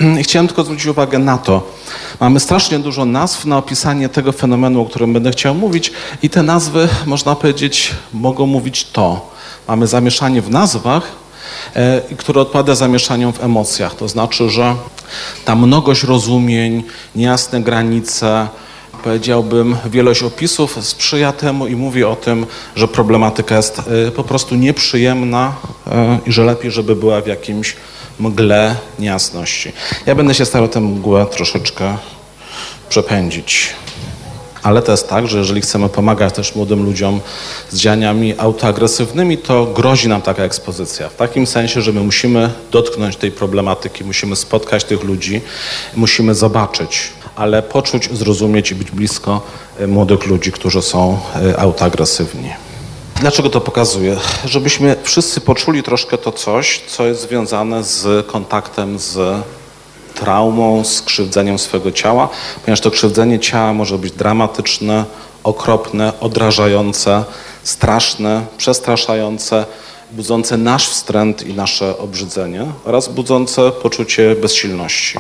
chciałem tylko zwrócić uwagę na to. Mamy strasznie dużo nazw na opisanie tego fenomenu, o którym będę chciał mówić i te nazwy, można powiedzieć, mogą mówić to. Mamy zamieszanie w nazwach, e, które odpowiada zamieszaniom w emocjach. To znaczy, że ta mnogość rozumień, niejasne granice, powiedziałbym, wielość opisów sprzyja temu i mówi o tym, że problematyka jest y, po prostu nieprzyjemna y, i że lepiej, żeby była w jakimś mgle niejasności. Ja będę się starał tę mgłę troszeczkę przepędzić. Ale to jest tak, że jeżeli chcemy pomagać też młodym ludziom z działaniami autoagresywnymi, to grozi nam taka ekspozycja. W takim sensie, że my musimy dotknąć tej problematyki, musimy spotkać tych ludzi, musimy zobaczyć, ale poczuć, zrozumieć i być blisko młodych ludzi, którzy są autoagresywni. Dlaczego to pokazuję? Żebyśmy wszyscy poczuli troszkę to coś, co jest związane z kontaktem z traumą, z krzywdzeniem swego ciała, ponieważ to krzywdzenie ciała może być dramatyczne, okropne, odrażające, straszne, przestraszające, budzące nasz wstręt i nasze obrzydzenie oraz budzące poczucie bezsilności.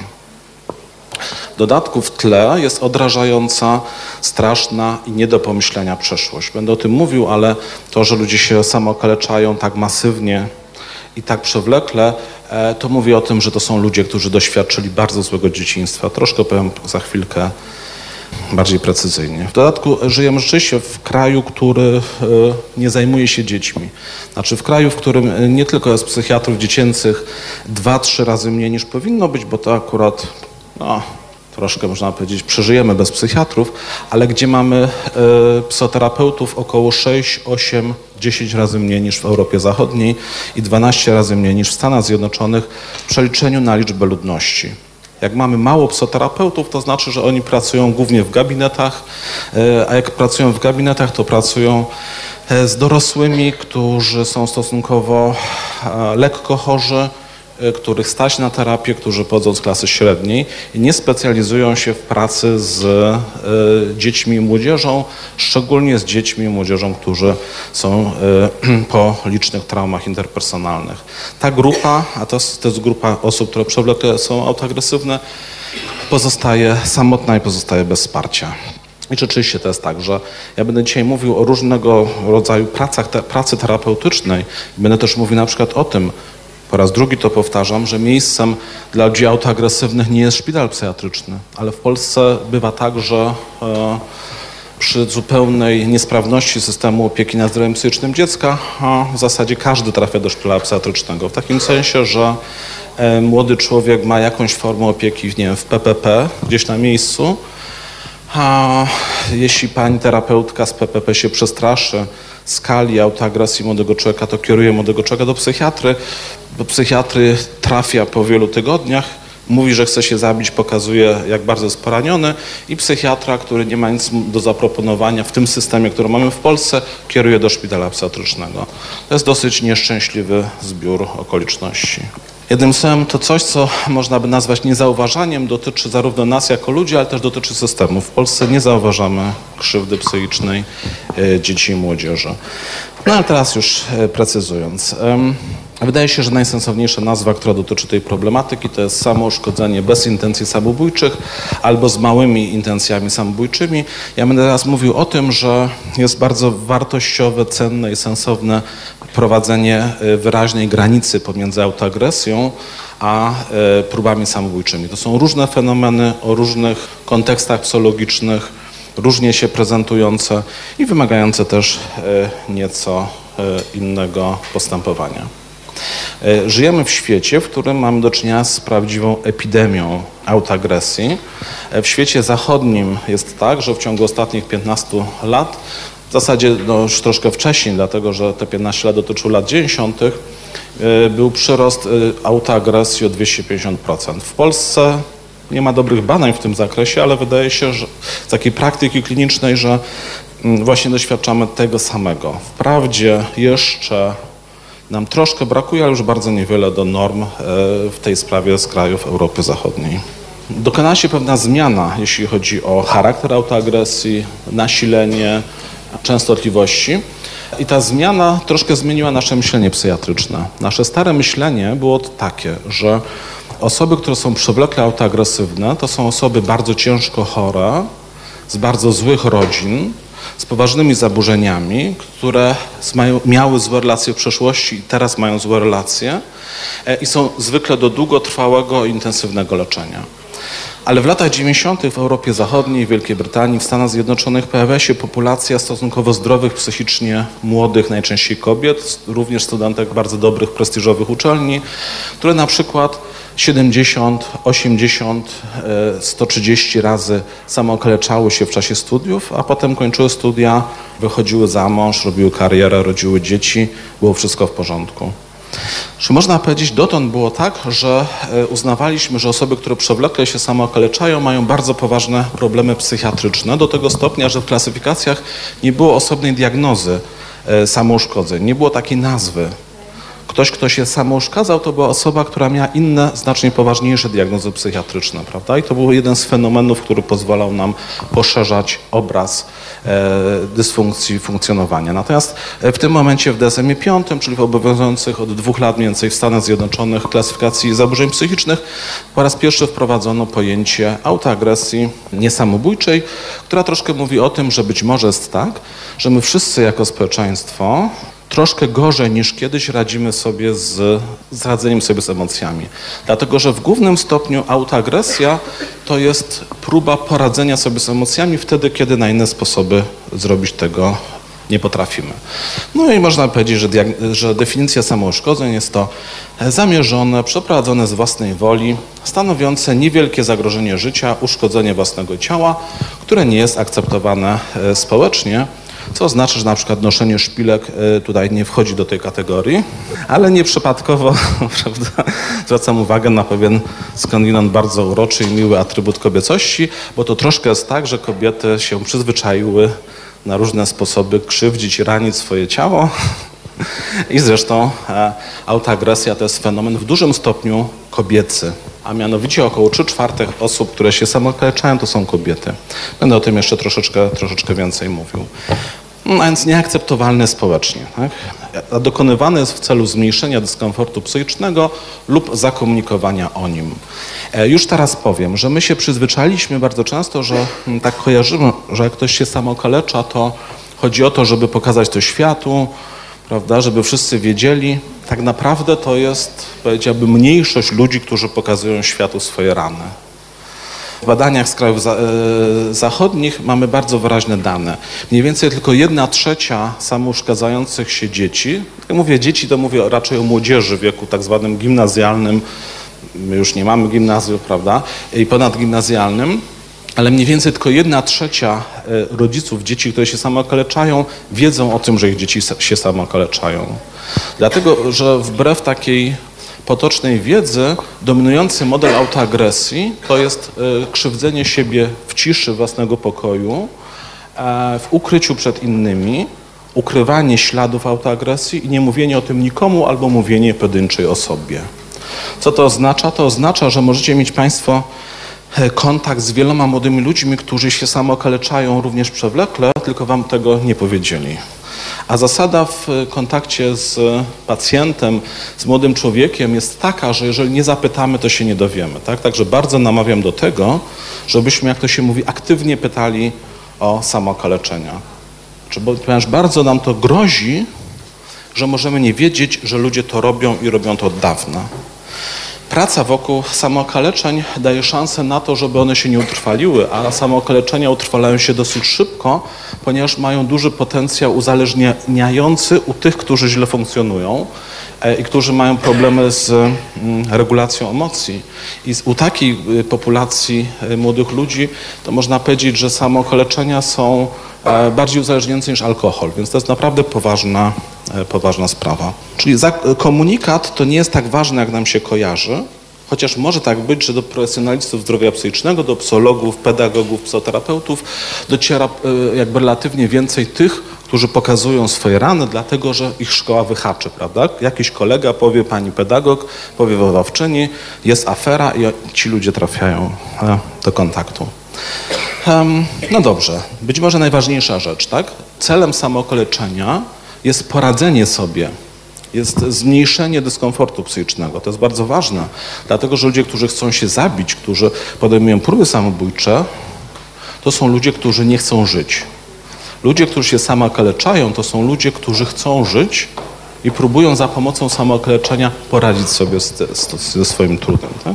W dodatku w tle jest odrażająca, straszna i nie do pomyślenia przeszłość. Będę o tym mówił, ale to, że ludzie się samookaleczają tak masywnie i tak przewlekle, to mówi o tym, że to są ludzie, którzy doświadczyli bardzo złego dzieciństwa. Troszkę powiem za chwilkę bardziej precyzyjnie. W dodatku żyjemy rzeczywiście w kraju, który nie zajmuje się dziećmi. Znaczy w kraju, w którym nie tylko jest psychiatrów dziecięcych dwa, trzy razy mniej niż powinno być, bo to akurat no, troszkę można powiedzieć przeżyjemy bez psychiatrów, ale gdzie mamy y, psychoterapeutów około sześć, osiem, dziesięć razy mniej niż w Europie Zachodniej i dwanaście razy mniej niż w Stanach Zjednoczonych w przeliczeniu na liczbę ludności. Jak mamy mało psychoterapeutów, to znaczy, że oni pracują głównie w gabinetach, y, a jak pracują w gabinetach, to pracują y, z dorosłymi, którzy są stosunkowo y, lekko chorzy, których stać na terapię, którzy pochodzą z klasy średniej i nie specjalizują się w pracy z y, dziećmi i młodzieżą, szczególnie z dziećmi i młodzieżą, którzy są y, po licznych traumach interpersonalnych. Ta grupa, a to, to jest grupa osób, które przewlekle są autoagresywne, pozostaje samotna i pozostaje bez wsparcia. I rzeczywiście to jest tak, że ja będę dzisiaj mówił o różnego rodzaju pracach, te, pracy terapeutycznej. Będę też mówił na przykład o tym, po raz drugi to powtarzam, że miejscem dla ludzi autoagresywnych nie jest szpital psychiatryczny, ale w Polsce bywa tak, że e, przy zupełnej niesprawności systemu opieki nad zdrowiem psychicznym dziecka a w zasadzie każdy trafia do szpitala psychiatrycznego. W takim sensie, że e, młody człowiek ma jakąś formę opieki nie wiem, w P P P gdzieś na miejscu, a jeśli pani terapeutka z P P P się przestraszy skali autoagresji młodego człowieka, to kieruje młodego człowieka do psychiatry. Do psychiatry trafia po wielu tygodniach, mówi, że chce się zabić, pokazuje, jak bardzo jest poraniony i psychiatra, który nie ma nic do zaproponowania w tym systemie, który mamy w Polsce, kieruje do szpitala psychiatrycznego. To jest dosyć nieszczęśliwy zbiór okoliczności. Jednym słowem to coś, co można by nazwać niezauważaniem, dotyczy zarówno nas jako ludzi, ale też dotyczy systemu. W Polsce nie zauważamy krzywdy psychicznej dzieci i młodzieży. No a teraz już precyzując. Wydaje się, że najsensowniejsza nazwa, która dotyczy tej problematyki, to jest samouszkodzenie bez intencji samobójczych albo z małymi intencjami samobójczymi. Ja będę teraz mówił o tym, że jest bardzo wartościowe, cenne i sensowne prowadzenie wyraźnej granicy pomiędzy autoagresją a próbami samobójczymi. To są różne fenomeny o różnych kontekstach psychologicznych, różnie się prezentujące i wymagające też nieco innego postępowania. Żyjemy w świecie, w którym mamy do czynienia z prawdziwą epidemią autoagresji. W świecie zachodnim jest tak, że w ciągu ostatnich piętnastu lat, w zasadzie no już troszkę wcześniej, dlatego że te piętnaście lat dotyczyło lat dziewięćdziesiątych, był przyrost autoagresji o dwieście pięćdziesiąt procent. W Polsce nie ma dobrych badań w tym zakresie, ale wydaje się, że z takiej praktyki klinicznej, że właśnie doświadczamy tego samego. Wprawdzie jeszcze nam troszkę brakuje, ale już bardzo niewiele do norm w tej sprawie z krajów Europy Zachodniej. Dokonała się pewna zmiana, jeśli chodzi o charakter autoagresji, nasilenie, częstotliwości. I ta zmiana troszkę zmieniła nasze myślenie psychiatryczne. Nasze stare myślenie było takie, że osoby, które są przewlekle autoagresywne, to są osoby bardzo ciężko chore, z bardzo złych rodzin, z poważnymi zaburzeniami, które mają, miały złe relacje w przeszłości i teraz mają złe relacje i są zwykle do długotrwałego, intensywnego leczenia. Ale w latach dziewięćdziesiątych w Europie Zachodniej, w Wielkiej Brytanii, w Stanach Zjednoczonych pojawia się populacja stosunkowo zdrowych psychicznie, młodych, najczęściej kobiet, również studentek bardzo dobrych, prestiżowych uczelni, które na przykład siedemdziesiąt, osiemdziesiąt, sto trzydzieści razy samookaleczały się w czasie studiów, a potem kończyły studia, wychodziły za mąż, robiły karierę, rodziły dzieci, było wszystko w porządku. Czy można powiedzieć, dotąd było tak, że uznawaliśmy, że osoby, które przewlekle się samookaleczają, mają bardzo poważne problemy psychiatryczne, do tego stopnia, że w klasyfikacjach nie było osobnej diagnozy samouszkodzeń, nie było takiej nazwy. Ktoś, kto się samouszkadzał, to była osoba, która miała inne, znacznie poważniejsze diagnozy psychiatryczne, prawda? I to był jeden z fenomenów, który pozwalał nam poszerzać obraz e, dysfunkcji funkcjonowania. Natomiast w tym momencie w D S M-ie piątym, czyli w obowiązujących od dwóch lat mniej więcej w Stanach Zjednoczonych klasyfikacji zaburzeń psychicznych, po raz pierwszy wprowadzono pojęcie autoagresji niesamobójczej, która troszkę mówi o tym, że być może jest tak, że my wszyscy jako społeczeństwo troszkę gorzej niż kiedyś radzimy sobie z, z radzeniem sobie z emocjami. Dlatego, że w głównym stopniu autoagresja to jest próba poradzenia sobie z emocjami wtedy, kiedy na inne sposoby zrobić tego nie potrafimy. No i można powiedzieć, że, że definicja samouszkodzeń jest to zamierzone, przeprowadzone z własnej woli, stanowiące niewielkie zagrożenie życia, uszkodzenie własnego ciała, które nie jest akceptowane społecznie, co oznacza, że na przykład noszenie szpilek tutaj nie wchodzi do tej kategorii, ale nieprzypadkowo prawda, zwracam uwagę na pewien skądinąd bardzo uroczy i miły atrybut kobiecości, bo to troszkę jest tak, że kobiety się przyzwyczaiły na różne sposoby krzywdzić, ranić swoje ciało. I zresztą e, autoagresja to jest fenomen w dużym stopniu kobiecy, a mianowicie około trzy czwarte osób, które się samookaleczają, to są kobiety. Będę o tym jeszcze troszeczkę, troszeczkę więcej mówił. No, a więc nieakceptowalne społecznie. Tak? A dokonywane jest w celu zmniejszenia dyskomfortu psychicznego lub zakomunikowania o nim. E, już teraz powiem, że my się przyzwyczailiśmy bardzo często, że m, tak kojarzymy, że jak ktoś się samookalecza, to chodzi o to, żeby pokazać to światu, prawda, żeby wszyscy wiedzieli. Tak naprawdę to jest, powiedziałbym, mniejszość ludzi, którzy pokazują światu swoje rany. W badaniach z krajów za, e, zachodnich mamy bardzo wyraźne dane. Mniej więcej tylko jedna trzecia samouszkadzających się dzieci, jak mówię dzieci, to mówię raczej o młodzieży w wieku tak zwanym gimnazjalnym, my już nie mamy gimnazjów, prawda, i ponadgimnazjalnym, ale mniej więcej tylko jedna trzecia rodziców dzieci, które się samookaleczają, wiedzą o tym, że ich dzieci się samookaleczają. Dlatego, że wbrew takiej potocznej wiedzy dominujący model autoagresji to jest krzywdzenie siebie w ciszy własnego pokoju, w ukryciu przed innymi, ukrywanie śladów autoagresji i nie mówienie o tym nikomu albo mówienie pojedynczej osobie. Co to oznacza? To oznacza, że możecie mieć Państwo kontakt z wieloma młodymi ludźmi, którzy się samookaleczają również przewlekle, tylko wam tego nie powiedzieli. A zasada w kontakcie z pacjentem, z młodym człowiekiem jest taka, że jeżeli nie zapytamy, to się nie dowiemy. Tak? Także bardzo namawiam do tego, żebyśmy, jak to się mówi, aktywnie pytali o samookaleczenia. Ponieważ bardzo nam to grozi, że możemy nie wiedzieć, że ludzie to robią i robią to od dawna. Praca wokół samookaleczeń daje szansę na to, żeby one się nie utrwaliły, a samookaleczenia utrwalają się dosyć szybko, ponieważ mają duży potencjał uzależniający u tych, którzy źle funkcjonują i którzy mają problemy z regulacją emocji. I u takiej populacji młodych ludzi to można powiedzieć, że samookaleczenia są bardziej uzależniające niż alkohol, więc to jest naprawdę poważna, poważna sprawa. Czyli komunikat to nie jest tak ważne, jak nam się kojarzy, chociaż może tak być, że do profesjonalistów zdrowia psychicznego, do psychologów, pedagogów, psychoterapeutów dociera jakby relatywnie więcej tych, którzy pokazują swoje rany, dlatego że ich szkoła wyhaczy, prawda? Jakiś kolega powie, pani pedagog, powie wychowawczyni, jest afera i ci ludzie trafiają do kontaktu. Um, no dobrze, być może najważniejsza rzecz, tak? Celem samookaleczenia jest poradzenie sobie jest zmniejszenie dyskomfortu psychicznego. To jest bardzo ważne, dlatego że ludzie, którzy chcą się zabić, którzy podejmują próby samobójcze, to są ludzie, którzy nie chcą żyć. Ludzie, którzy się samookaleczają, to są ludzie, którzy chcą żyć i próbują za pomocą samookaleczenia poradzić sobie z, z, ze swoim trudem. Tak?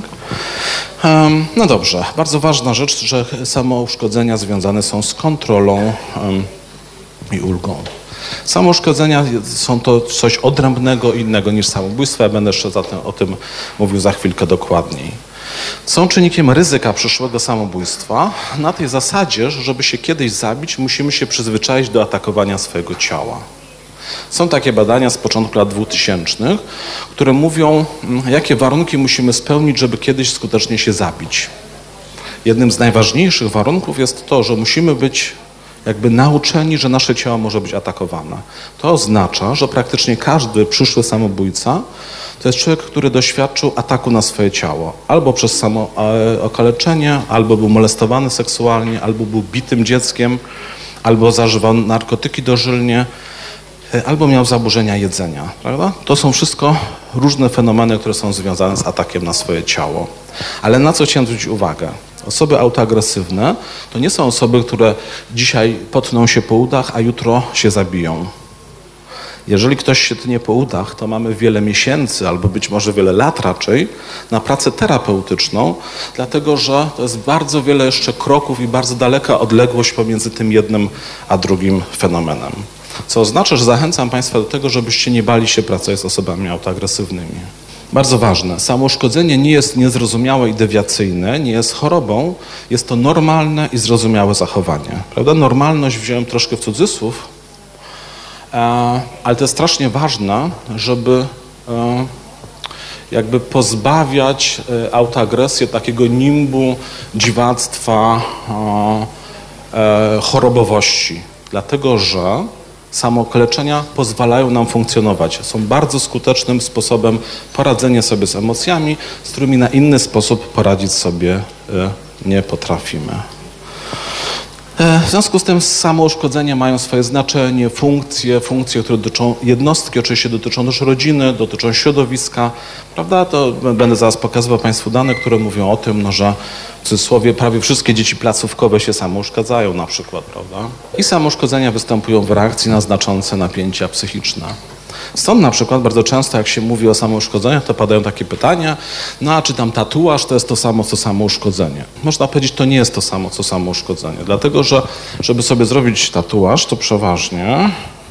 Um, no dobrze, bardzo ważna rzecz, że samouszkodzenia związane są z kontrolą um, i ulgą. Samouszkodzenia są to coś odrębnego, innego niż samobójstwo. Ja będę jeszcze zatem o tym mówił za chwilkę dokładniej. Są czynnikiem ryzyka przyszłego samobójstwa na tej zasadzie, że żeby się kiedyś zabić, musimy się przyzwyczaić do atakowania swojego ciała. Są takie badania z początku lat dwutysięcznych, które mówią, jakie warunki musimy spełnić, żeby kiedyś skutecznie się zabić. Jednym z najważniejszych warunków jest to, że musimy być jakby nauczeni, że nasze ciało może być atakowane. To oznacza, że praktycznie każdy przyszły samobójca to jest człowiek, który doświadczył ataku na swoje ciało. Albo przez samookaleczenie, albo był molestowany seksualnie, albo był bitym dzieckiem, albo zażywał narkotyki dożylnie, albo miał zaburzenia jedzenia. Prawda? To są wszystko różne fenomeny, które są związane z atakiem na swoje ciało. Ale na co chciałem zwrócić uwagę? Osoby autoagresywne to nie są osoby, które dzisiaj potną się po udach, a jutro się zabiją. Jeżeli ktoś się tnie po udach, to mamy wiele miesięcy, albo być może wiele lat raczej, na pracę terapeutyczną, dlatego że to jest bardzo wiele jeszcze kroków i bardzo daleka odległość pomiędzy tym jednym a drugim fenomenem. Co oznacza, że zachęcam Państwa do tego, żebyście nie bali się pracować z osobami autoagresywnymi. Bardzo ważne, samouszkodzenie nie jest niezrozumiałe i dewiacyjne, nie jest chorobą, jest to normalne i zrozumiałe zachowanie. Prawda? Normalność wziąłem troszkę w cudzysłów, ale to jest strasznie ważne, żeby jakby pozbawiać autoagresję takiego nimbu dziwactwa, chorobowości. Dlatego, że samookaleczenia pozwalają nam funkcjonować. Są bardzo skutecznym sposobem poradzenia sobie z emocjami, z którymi na inny sposób poradzić sobie nie potrafimy. W związku z tym samouszkodzenia mają swoje znaczenie, funkcje, funkcje, które dotyczą jednostki, oczywiście dotyczą też rodziny, dotyczą środowiska, prawda? To będę zaraz pokazywał Państwu dane, które mówią o tym, no, że w cudzysłowie prawie wszystkie dzieci placówkowe się samouszkadzają na przykład, prawda? I samouszkodzenia występują w reakcji na znaczące napięcia psychiczne. Stąd na przykład bardzo często, jak się mówi o samouszkodzeniach, to padają takie pytania, no a czy tam tatuaż to jest to samo, co samouszkodzenie? Można powiedzieć, to nie jest to samo, co samouszkodzenie, dlatego że, żeby sobie zrobić tatuaż, to przeważnie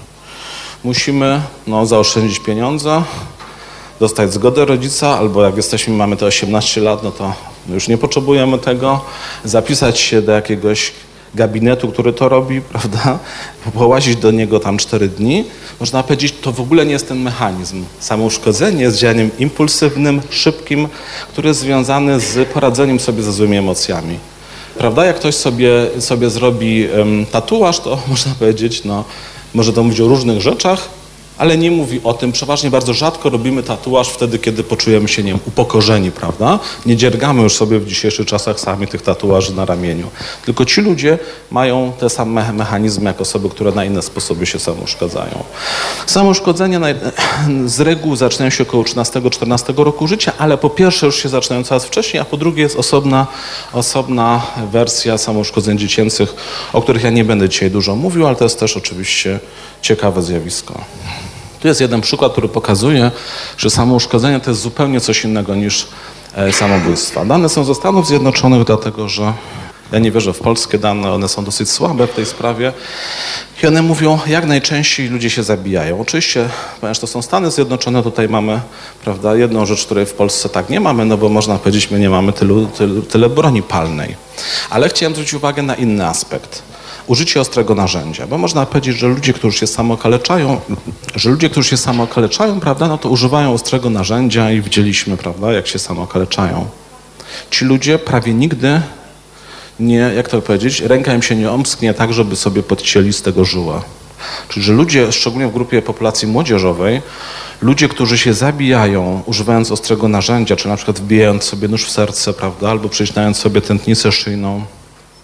musimy no, zaoszczędzić pieniądze, dostać zgodę rodzica, albo jak jesteśmy, mamy te osiemnaście lat, no to już nie potrzebujemy tego, zapisać się do jakiegoś gabinetu, który to robi, prawda, połazić do niego tam cztery dni, można powiedzieć, to w ogóle nie jest ten mechanizm. Samouszkodzenie jest działaniem impulsywnym, szybkim, który jest związany z poradzeniem sobie ze złymi emocjami. Prawda, jak ktoś sobie, sobie zrobi um, tatuaż, to można powiedzieć, no, może to mówić o różnych rzeczach, ale nie mówi o tym. Przeważnie bardzo rzadko robimy tatuaż wtedy, kiedy poczujemy się, nie wiem, upokorzeni, prawda? Nie dziergamy już sobie w dzisiejszych czasach sami tych tatuaży na ramieniu. Tylko ci ludzie mają te same mechanizmy jak osoby, które na inne sposoby się samouszkadzają. Samouszkodzenia z reguły zaczynają się około trzynastego czternastego roku życia, ale po pierwsze już się zaczynają coraz wcześniej, a po drugie jest osobna, osobna wersja samouszkodzeń dziecięcych, o których ja nie będę dzisiaj dużo mówił, ale to jest też oczywiście ciekawe zjawisko. Tu jest jeden przykład, który pokazuje, że samouszkodzenie to jest zupełnie coś innego niż e, samobójstwa. Dane są ze Stanów Zjednoczonych, dlatego że ja nie wierzę w polskie dane, one są dosyć słabe w tej sprawie i one mówią, jak najczęściej ludzie się zabijają. Oczywiście, ponieważ to są Stany Zjednoczone, tutaj mamy, prawda, jedną rzecz, której w Polsce tak nie mamy, no bo można powiedzieć, my nie mamy tylu, tylu, tyle broni palnej. Ale chciałem zwrócić uwagę na inny aspekt. Użycie ostrego narzędzia, bo można powiedzieć, że ludzie, którzy się samookaleczają, że ludzie, którzy się samookaleczają, prawda, no to używają ostrego narzędzia i widzieliśmy, prawda, jak się samookaleczają. Ci ludzie prawie nigdy nie, jak to powiedzieć, ręka im się nie omsknie tak, żeby sobie podcięli z tego żyłę. Czyli, że ludzie, szczególnie w grupie populacji młodzieżowej, ludzie, którzy się zabijają używając ostrego narzędzia, czy na przykład wbijając sobie nóż w serce, prawda, albo przecinając sobie tętnicę szyjną,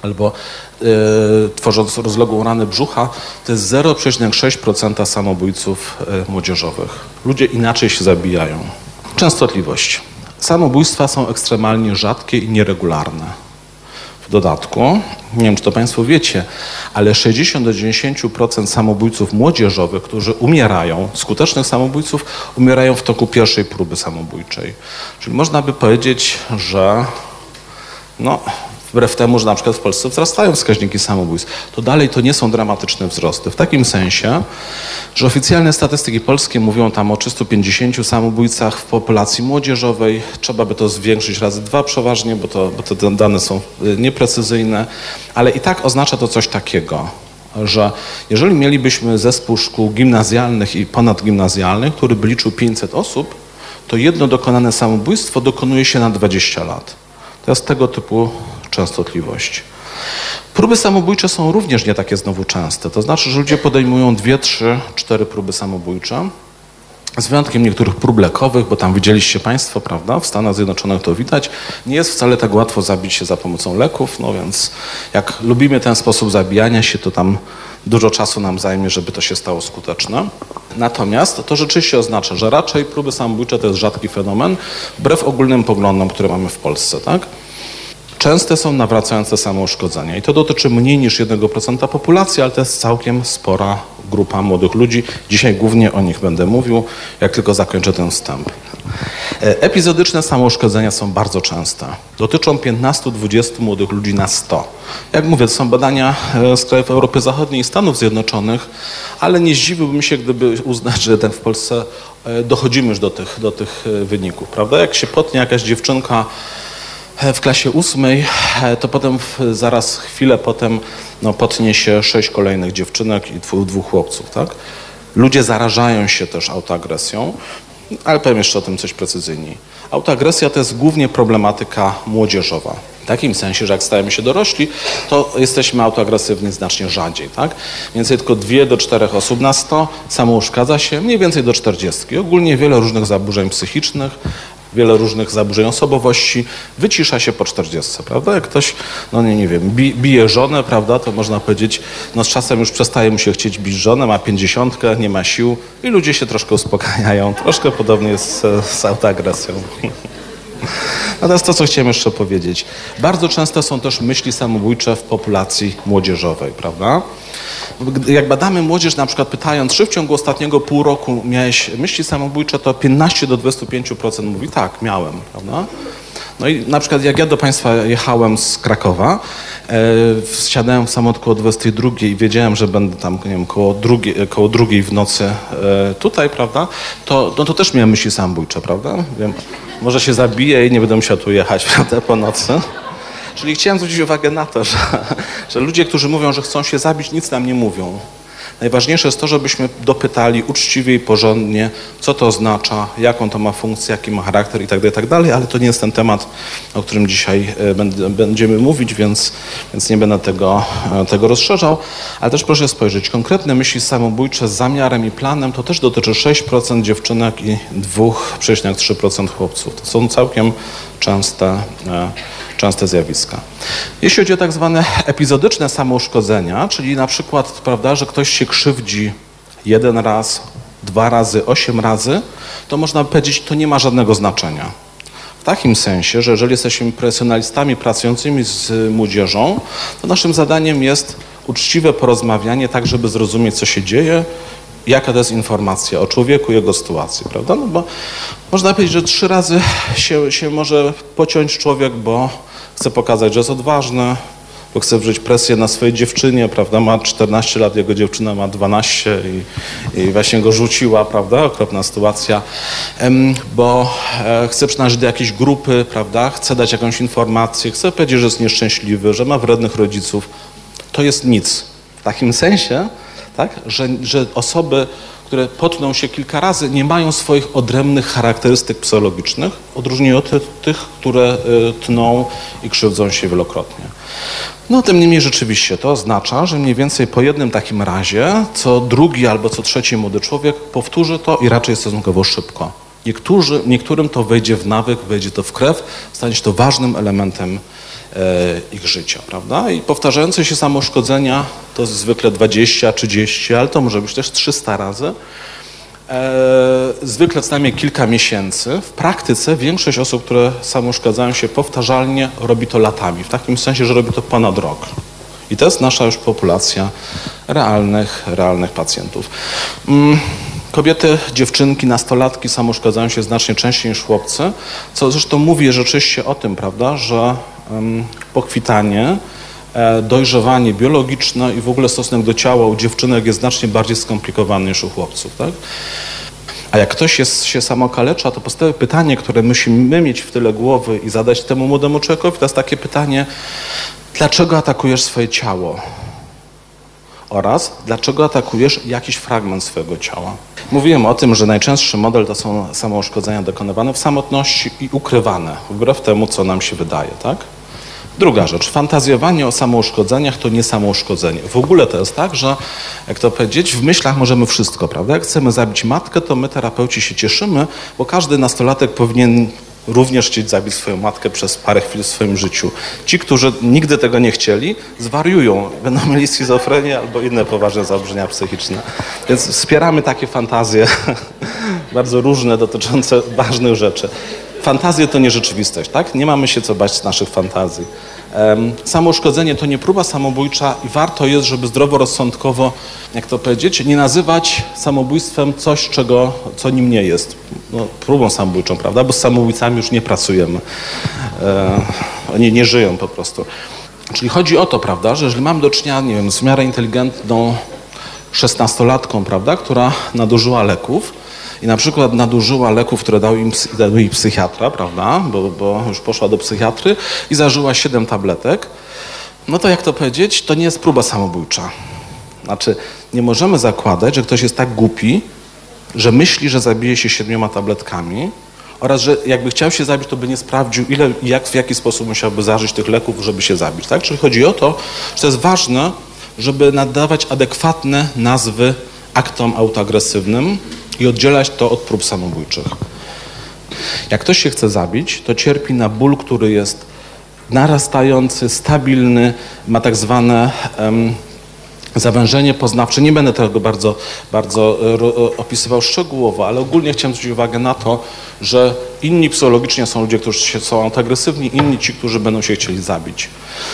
albo yy, tworząc rozległą ranę brzucha, to jest zero przecinek sześć procent samobójców yy, młodzieżowych. Ludzie inaczej się zabijają. Częstotliwość. Samobójstwa są ekstremalnie rzadkie i nieregularne. W dodatku, nie wiem, czy to Państwo wiecie, ale sześćdziesiąt do dziewięćdziesięciu procent samobójców młodzieżowych, którzy umierają, skutecznych samobójców, umierają w toku pierwszej próby samobójczej. Czyli można by powiedzieć, że no, wbrew temu, że na przykład w Polsce wzrastają wskaźniki samobójstw, to dalej to nie są dramatyczne wzrosty. W takim sensie, że oficjalne statystyki polskie mówią tam o trzystu pięćdziesięciu samobójcach w populacji młodzieżowej. Trzeba by to zwiększyć razy dwa przeważnie, bo, to, bo te dane są nieprecyzyjne, ale i tak oznacza to coś takiego, że jeżeli mielibyśmy zespół szkół gimnazjalnych i ponadgimnazjalnych, który by liczył pięćset osób, to jedno dokonane samobójstwo dokonuje się na dwadzieścia lat. To jest tego typu częstotliwość. Próby samobójcze są również nie takie znowu częste. To znaczy, że ludzie podejmują dwie, trzy, cztery próby samobójcze. Z wyjątkiem niektórych prób lekowych, bo tam widzieliście Państwo, prawda, w Stanach Zjednoczonych to widać. Nie jest wcale tak łatwo zabić się za pomocą leków, no więc jak lubimy ten sposób zabijania się, to tam dużo czasu nam zajmie, żeby to się stało skuteczne. Natomiast to rzeczywiście oznacza, że raczej próby samobójcze to jest rzadki fenomen, wbrew ogólnym poglądom, które mamy w Polsce, tak? Częste są nawracające samouszkodzenia i to dotyczy mniej niż jednego procenta populacji, ale to jest całkiem spora grupa młodych ludzi. Dzisiaj głównie o nich będę mówił, jak tylko zakończę ten wstęp. Epizodyczne samouszkodzenia są bardzo częste. Dotyczą piętnastu do dwudziestu młodych ludzi na sto. Jak mówię, to są badania z krajów Europy Zachodniej i Stanów Zjednoczonych, ale nie zdziwiłbym się, gdyby uznać, że ten w Polsce dochodzimy już do tych, do tych wyników, prawda? Jak się potnie jakaś dziewczynka w klasie ósmej, to potem zaraz chwilę potem no, potnie się sześć kolejnych dziewczynek i dwóch, dwóch chłopców, tak? Ludzie zarażają się też autoagresją, ale powiem jeszcze o tym coś precyzyjniej. Autoagresja to jest głównie problematyka młodzieżowa. W takim sensie, że jak stajemy się dorośli, to jesteśmy autoagresywni znacznie rzadziej, tak? Mniej więcej tylko dwie do czterech osób na sto samouszkadza się, mniej więcej do czterdziestki. Ogólnie wiele różnych zaburzeń psychicznych, wiele różnych zaburzeń osobowości wycisza się po czterdziestce, prawda? Jak ktoś, no nie, nie wiem, bi, bije żonę, prawda, to można powiedzieć, no z czasem już przestaje mu się chcieć bić żonę, ma pięćdziesiątkę, nie ma sił i ludzie się troszkę uspokajają. Troszkę podobnie jest z, z autoagresją. No to jest to, co chciałem jeszcze powiedzieć. Bardzo często są też myśli samobójcze w populacji młodzieżowej, prawda? Jak badamy młodzież, na przykład pytając, czy w ciągu ostatniego pół roku miałeś myśli samobójcze, to piętnaście do dwudziestu pięciu procent mówi tak, miałem, prawda? No i na przykład jak ja do Państwa jechałem z Krakowa, e, wsiadałem w samochód koło dwudziestej drugiej i wiedziałem, że będę tam, nie wiem, koło drugiej, koło drugiej w nocy e, tutaj, prawda, to, no to też miałem myśli samobójcze, prawda? Wiem, może się zabiję i nie będę musiał tu jechać, prawda, po nocy. Czyli chciałem zwrócić uwagę na to, że, że ludzie, którzy mówią, że chcą się zabić, nic nam nie mówią. Najważniejsze jest to, żebyśmy dopytali uczciwie i porządnie, co to oznacza, jaką to ma funkcję, jaki ma charakter i tak dalej, i tak dalej, ale to nie jest ten temat, o którym dzisiaj będziemy mówić, więc, więc nie będę tego, tego rozszerzał. Ale też proszę spojrzeć, konkretne myśli samobójcze z zamiarem i planem to też dotyczy sześć procent dziewczynek i dwa przecinek trzy procent chłopców. To są całkiem częste częste zjawiska. Jeśli chodzi o tak zwane epizodyczne samouszkodzenia, czyli na przykład, prawda, że ktoś się krzywdzi jeden raz, dwa razy, osiem razy, to można powiedzieć, to nie ma żadnego znaczenia. W takim sensie, że jeżeli jesteśmy profesjonalistami pracującymi z młodzieżą, to naszym zadaniem jest uczciwe porozmawianie, tak żeby zrozumieć, co się dzieje, jaka to jest informacja o człowieku i jego sytuacji, prawda? No bo można powiedzieć, że trzy razy się, się może pociąć człowiek, bo chce pokazać, że jest odważny, bo chce wywrzeć presję na swojej dziewczynie, prawda? Ma czternaście lat, jego dziewczyna ma dwanaście i, i właśnie go rzuciła, prawda? Okropna sytuacja. Bo chce przynależeć do jakiejś grupy, prawda? Chce dać jakąś informację, chce powiedzieć, że jest nieszczęśliwy, że ma wrednych rodziców. To jest nic. W takim sensie, tak? Że, że osoby, które potną się kilka razy, nie mają swoich odrębnych charakterystyk psychologicznych, odróżnienie od tych, które tną i krzywdzą się wielokrotnie. No tym niemniej rzeczywiście to oznacza, że mniej więcej po jednym takim razie co drugi albo co trzeci młody człowiek powtórzy to i raczej stosunkowo szybko. Niektórzy, niektórym to wejdzie w nawyk, wejdzie to w krew, stanie się to ważnym elementem e, ich życia, prawda? I powtarzające się samouszkodzenia to jest zwykle dwadzieścia, trzydzieści, ale to może być też trzysta razy. E, zwykle co najmniej kilka miesięcy. W praktyce większość osób, które samouszkadzają się powtarzalnie, robi to latami. W takim sensie, że robi to ponad rok. I to jest nasza już populacja realnych, realnych pacjentów. Mm. Kobiety, dziewczynki, nastolatki samouszkadzają się znacznie częściej niż chłopcy, co zresztą mówi rzeczywiście o tym, prawda, że um, pokwitanie, e, dojrzewanie biologiczne i w ogóle stosunek do ciała u dziewczynek jest znacznie bardziej skomplikowany niż u chłopców, tak? A jak ktoś jest, się samookalecza, to podstawowe pytanie, które musimy mieć w tyle głowy i zadać temu młodemu człowiekowi, to jest takie pytanie, dlaczego atakujesz swoje ciało? Oraz dlaczego atakujesz jakiś fragment swojego ciała. Mówiłem o tym, że najczęstszy model to są samouszkodzenia dokonywane w samotności i ukrywane, wbrew temu, co nam się wydaje, tak? Druga rzecz, fantazjowanie o samouszkodzeniach to nie samouszkodzenie. W ogóle to jest tak, że, jak to powiedzieć, w myślach możemy wszystko, prawda? Jak chcemy zabić matkę, to my, terapeuci, się cieszymy, bo każdy nastolatek powinien również chcieć zabić swoją matkę przez parę chwil w swoim życiu. Ci, którzy nigdy tego nie chcieli, zwariują, będą mieli schizofrenię albo inne poważne zaburzenia psychiczne. Więc wspieramy takie fantazje bardzo różne, dotyczące ważnych rzeczy. Fantazje to nie rzeczywistość, tak? Nie mamy się co bać z naszych fantazji. Um, samouszkodzenie to nie próba samobójcza i warto jest, żeby zdroworozsądkowo, jak to powiedzieć, nie nazywać samobójstwem coś, czego, co nim nie jest. No, próbą samobójczą, prawda? Bo z samobójcami już nie pracujemy. E, oni nie żyją po prostu. Czyli chodzi o to, prawda, że jeżeli mamy do czynienia, nie wiem, z w miarę inteligentną szesnastolatką, prawda, która nadużyła leków, i na przykład nadużyła leków, które dał im, dał jej psychiatra, prawda, bo, bo już poszła do psychiatry i zażyła siedem tabletek, no to jak to powiedzieć, to nie jest próba samobójcza. Znaczy, nie możemy zakładać, że ktoś jest tak głupi, że myśli, że zabije się siedmioma tabletkami oraz, że jakby chciał się zabić, to by nie sprawdził, ile i jak, w jaki sposób musiałby zażyć tych leków, żeby się zabić, tak? Czyli chodzi o to, że to jest ważne, żeby nadawać adekwatne nazwy aktom autoagresywnym i oddzielać to od prób samobójczych. Jak ktoś się chce zabić, to cierpi na ból, który jest narastający, stabilny, ma tak zwane um, zawężenie poznawcze. Nie będę tego bardzo, bardzo e, opisywał szczegółowo, ale ogólnie chciałem zwrócić uwagę na to, że inni psychologicznie są ludzie, którzy są autoagresywni, inni ci, którzy będą się chcieli zabić.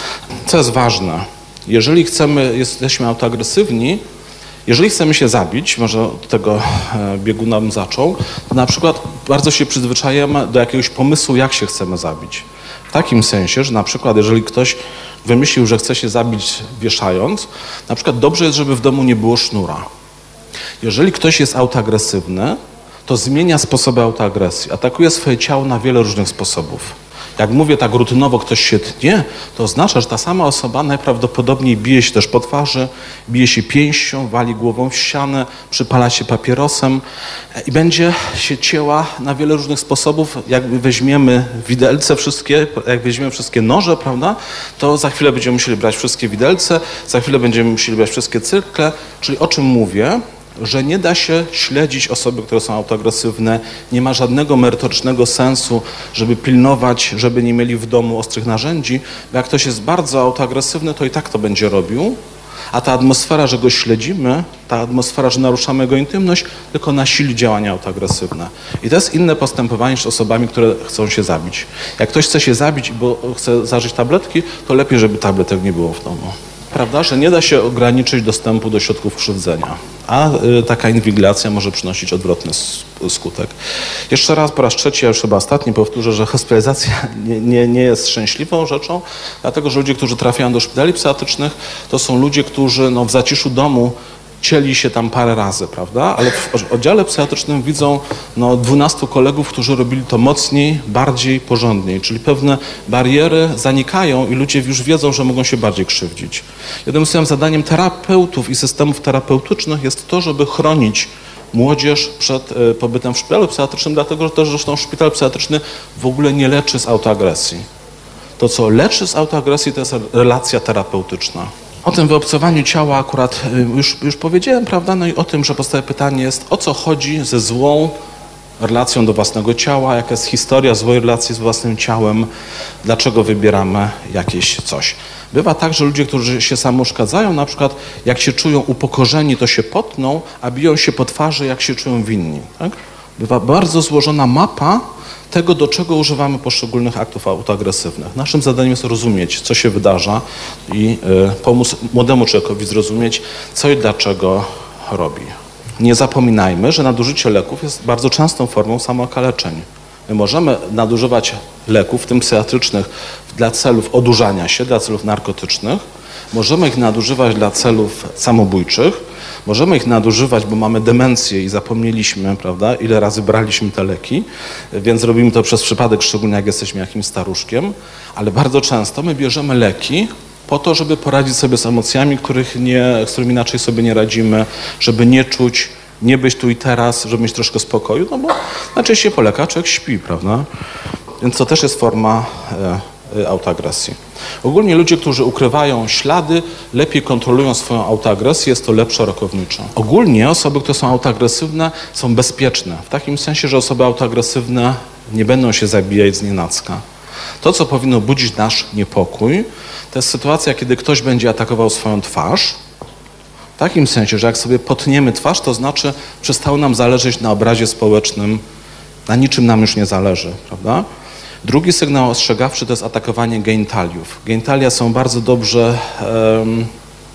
Co jest ważne, jeżeli chcemy, jesteśmy autoagresywni, jeżeli chcemy się zabić, może od tego bieguna bym zaczął, to na przykład bardzo się przyzwyczajamy do jakiegoś pomysłu, jak się chcemy zabić. W takim sensie, że na przykład jeżeli ktoś wymyślił, że chce się zabić wieszając, na przykład dobrze jest, żeby w domu nie było sznura. Jeżeli ktoś jest autoagresywny, to zmienia sposoby autoagresji, atakuje swoje ciało na wiele różnych sposobów. Jak mówię tak rutynowo, ktoś się tnie, to oznacza, że ta sama osoba najprawdopodobniej bije się też po twarzy, bije się pięścią, wali głową w ścianę, przypala się papierosem i będzie się cięła na wiele różnych sposobów. Jak weźmiemy widelce wszystkie, jak weźmiemy wszystkie noże, prawda, to za chwilę będziemy musieli brać wszystkie widelce, za chwilę będziemy musieli brać wszystkie cyrkle, czyli o czym mówię? Że nie da się śledzić osoby, które są autoagresywne, nie ma żadnego merytorycznego sensu, żeby pilnować, żeby nie mieli w domu ostrych narzędzi, bo jak ktoś jest bardzo autoagresywny, to i tak to będzie robił, a ta atmosfera, że go śledzimy, ta atmosfera, że naruszamy jego intymność, tylko nasili działania autoagresywne. I to jest inne postępowanie niż z osobami, które chcą się zabić. Jak ktoś chce się zabić, bo chce zażyć tabletki, to lepiej, żeby tabletek nie było w domu. Prawda, że nie da się ograniczyć dostępu do środków krzywdzenia, a y, taka inwigilacja może przynosić odwrotny skutek. Jeszcze raz, po raz trzeci, ja już chyba ostatni powtórzę, że hospitalizacja nie, nie, nie jest szczęśliwą rzeczą, dlatego że ludzie, którzy trafiają do szpitali psychiatrycznych, to są ludzie, którzy no, w zaciszu domu cieli się tam parę razy, prawda? Ale w oddziale psychiatrycznym widzą no, dwunastu kolegów, którzy robili to mocniej, bardziej, porządniej. Czyli pewne bariery zanikają i ludzie już wiedzą, że mogą się bardziej krzywdzić. Jednym z zadaniem terapeutów i systemów terapeutycznych jest to, żeby chronić młodzież przed y, pobytem w szpitalu psychiatrycznym, dlatego że też zresztą szpital psychiatryczny w ogóle nie leczy z autoagresji. To, co leczy z autoagresji, to jest relacja terapeutyczna. O tym wyobcowaniu ciała akurat już, już powiedziałem, prawda? No i o tym, że podstawowe pytanie jest, o co chodzi ze złą relacją do własnego ciała, jaka jest historia swojej relacji z własnym ciałem, dlaczego wybieramy jakieś coś. Bywa tak, że ludzie, którzy się samouszkadzają, na przykład jak się czują upokorzeni, to się potną, a biją się po twarzy, jak się czują winni. Tak? Bywa bardzo złożona mapa tego, do czego używamy poszczególnych aktów autoagresywnych. Naszym zadaniem jest rozumieć, co się wydarza i y, pomóc młodemu człowiekowi zrozumieć, co i dlaczego robi. Nie zapominajmy, że nadużycie leków jest bardzo częstą formą samookaleczeń. My możemy nadużywać leków, w tym psychiatrycznych, dla celów odurzania się, dla celów narkotycznych. Możemy ich nadużywać dla celów samobójczych. Możemy ich nadużywać, bo mamy demencję i zapomnieliśmy, prawda, ile razy braliśmy te leki, więc robimy to przez przypadek, szczególnie jak jesteśmy jakimś staruszkiem. Ale bardzo często my bierzemy leki po to, żeby poradzić sobie z emocjami, których nie, z którymi inaczej sobie nie radzimy, żeby nie czuć, nie być tu i teraz, żeby mieć troszkę spokoju, no bo najczęściej po lekach człowiek śpi, prawda? Więc to też jest forma e, e, autoagresji. Ogólnie ludzie, którzy ukrywają ślady, lepiej kontrolują swoją autoagresję, jest to lepsze rokownicze. Ogólnie osoby, które są autoagresywne, są bezpieczne, w takim sensie, że osoby autoagresywne nie będą się zabijać znienacka. To, co powinno budzić nasz niepokój, to jest sytuacja, kiedy ktoś będzie atakował swoją twarz, w takim sensie, że jak sobie potniemy twarz, to znaczy przestało nam zależeć na obrazie społecznym, na niczym nam już nie zależy, prawda? Drugi sygnał ostrzegawczy to jest atakowanie genitaliów. Genitalia są bardzo dobrze, um,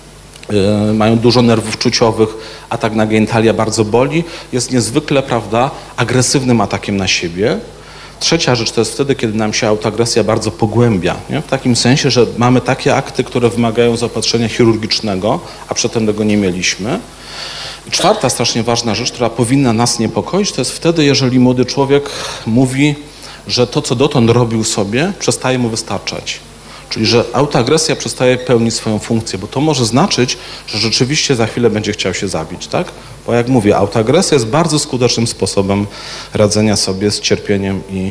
y, mają dużo nerwów czuciowych, atak na genitalia bardzo boli, jest niezwykle, prawda, agresywnym atakiem na siebie. Trzecia rzecz to jest wtedy, kiedy nam się autoagresja bardzo pogłębia, nie? W takim sensie, że mamy takie akty, które wymagają zaopatrzenia chirurgicznego, a przedtem tego nie mieliśmy. I czwarta strasznie ważna rzecz, która powinna nas niepokoić, to jest wtedy, jeżeli młody człowiek mówi, że to, co dotąd robił sobie, przestaje mu wystarczać. Czyli, że autoagresja przestaje pełnić swoją funkcję, bo to może znaczyć, że rzeczywiście za chwilę będzie chciał się zabić, tak? Bo jak mówię, autoagresja jest bardzo skutecznym sposobem radzenia sobie z cierpieniem i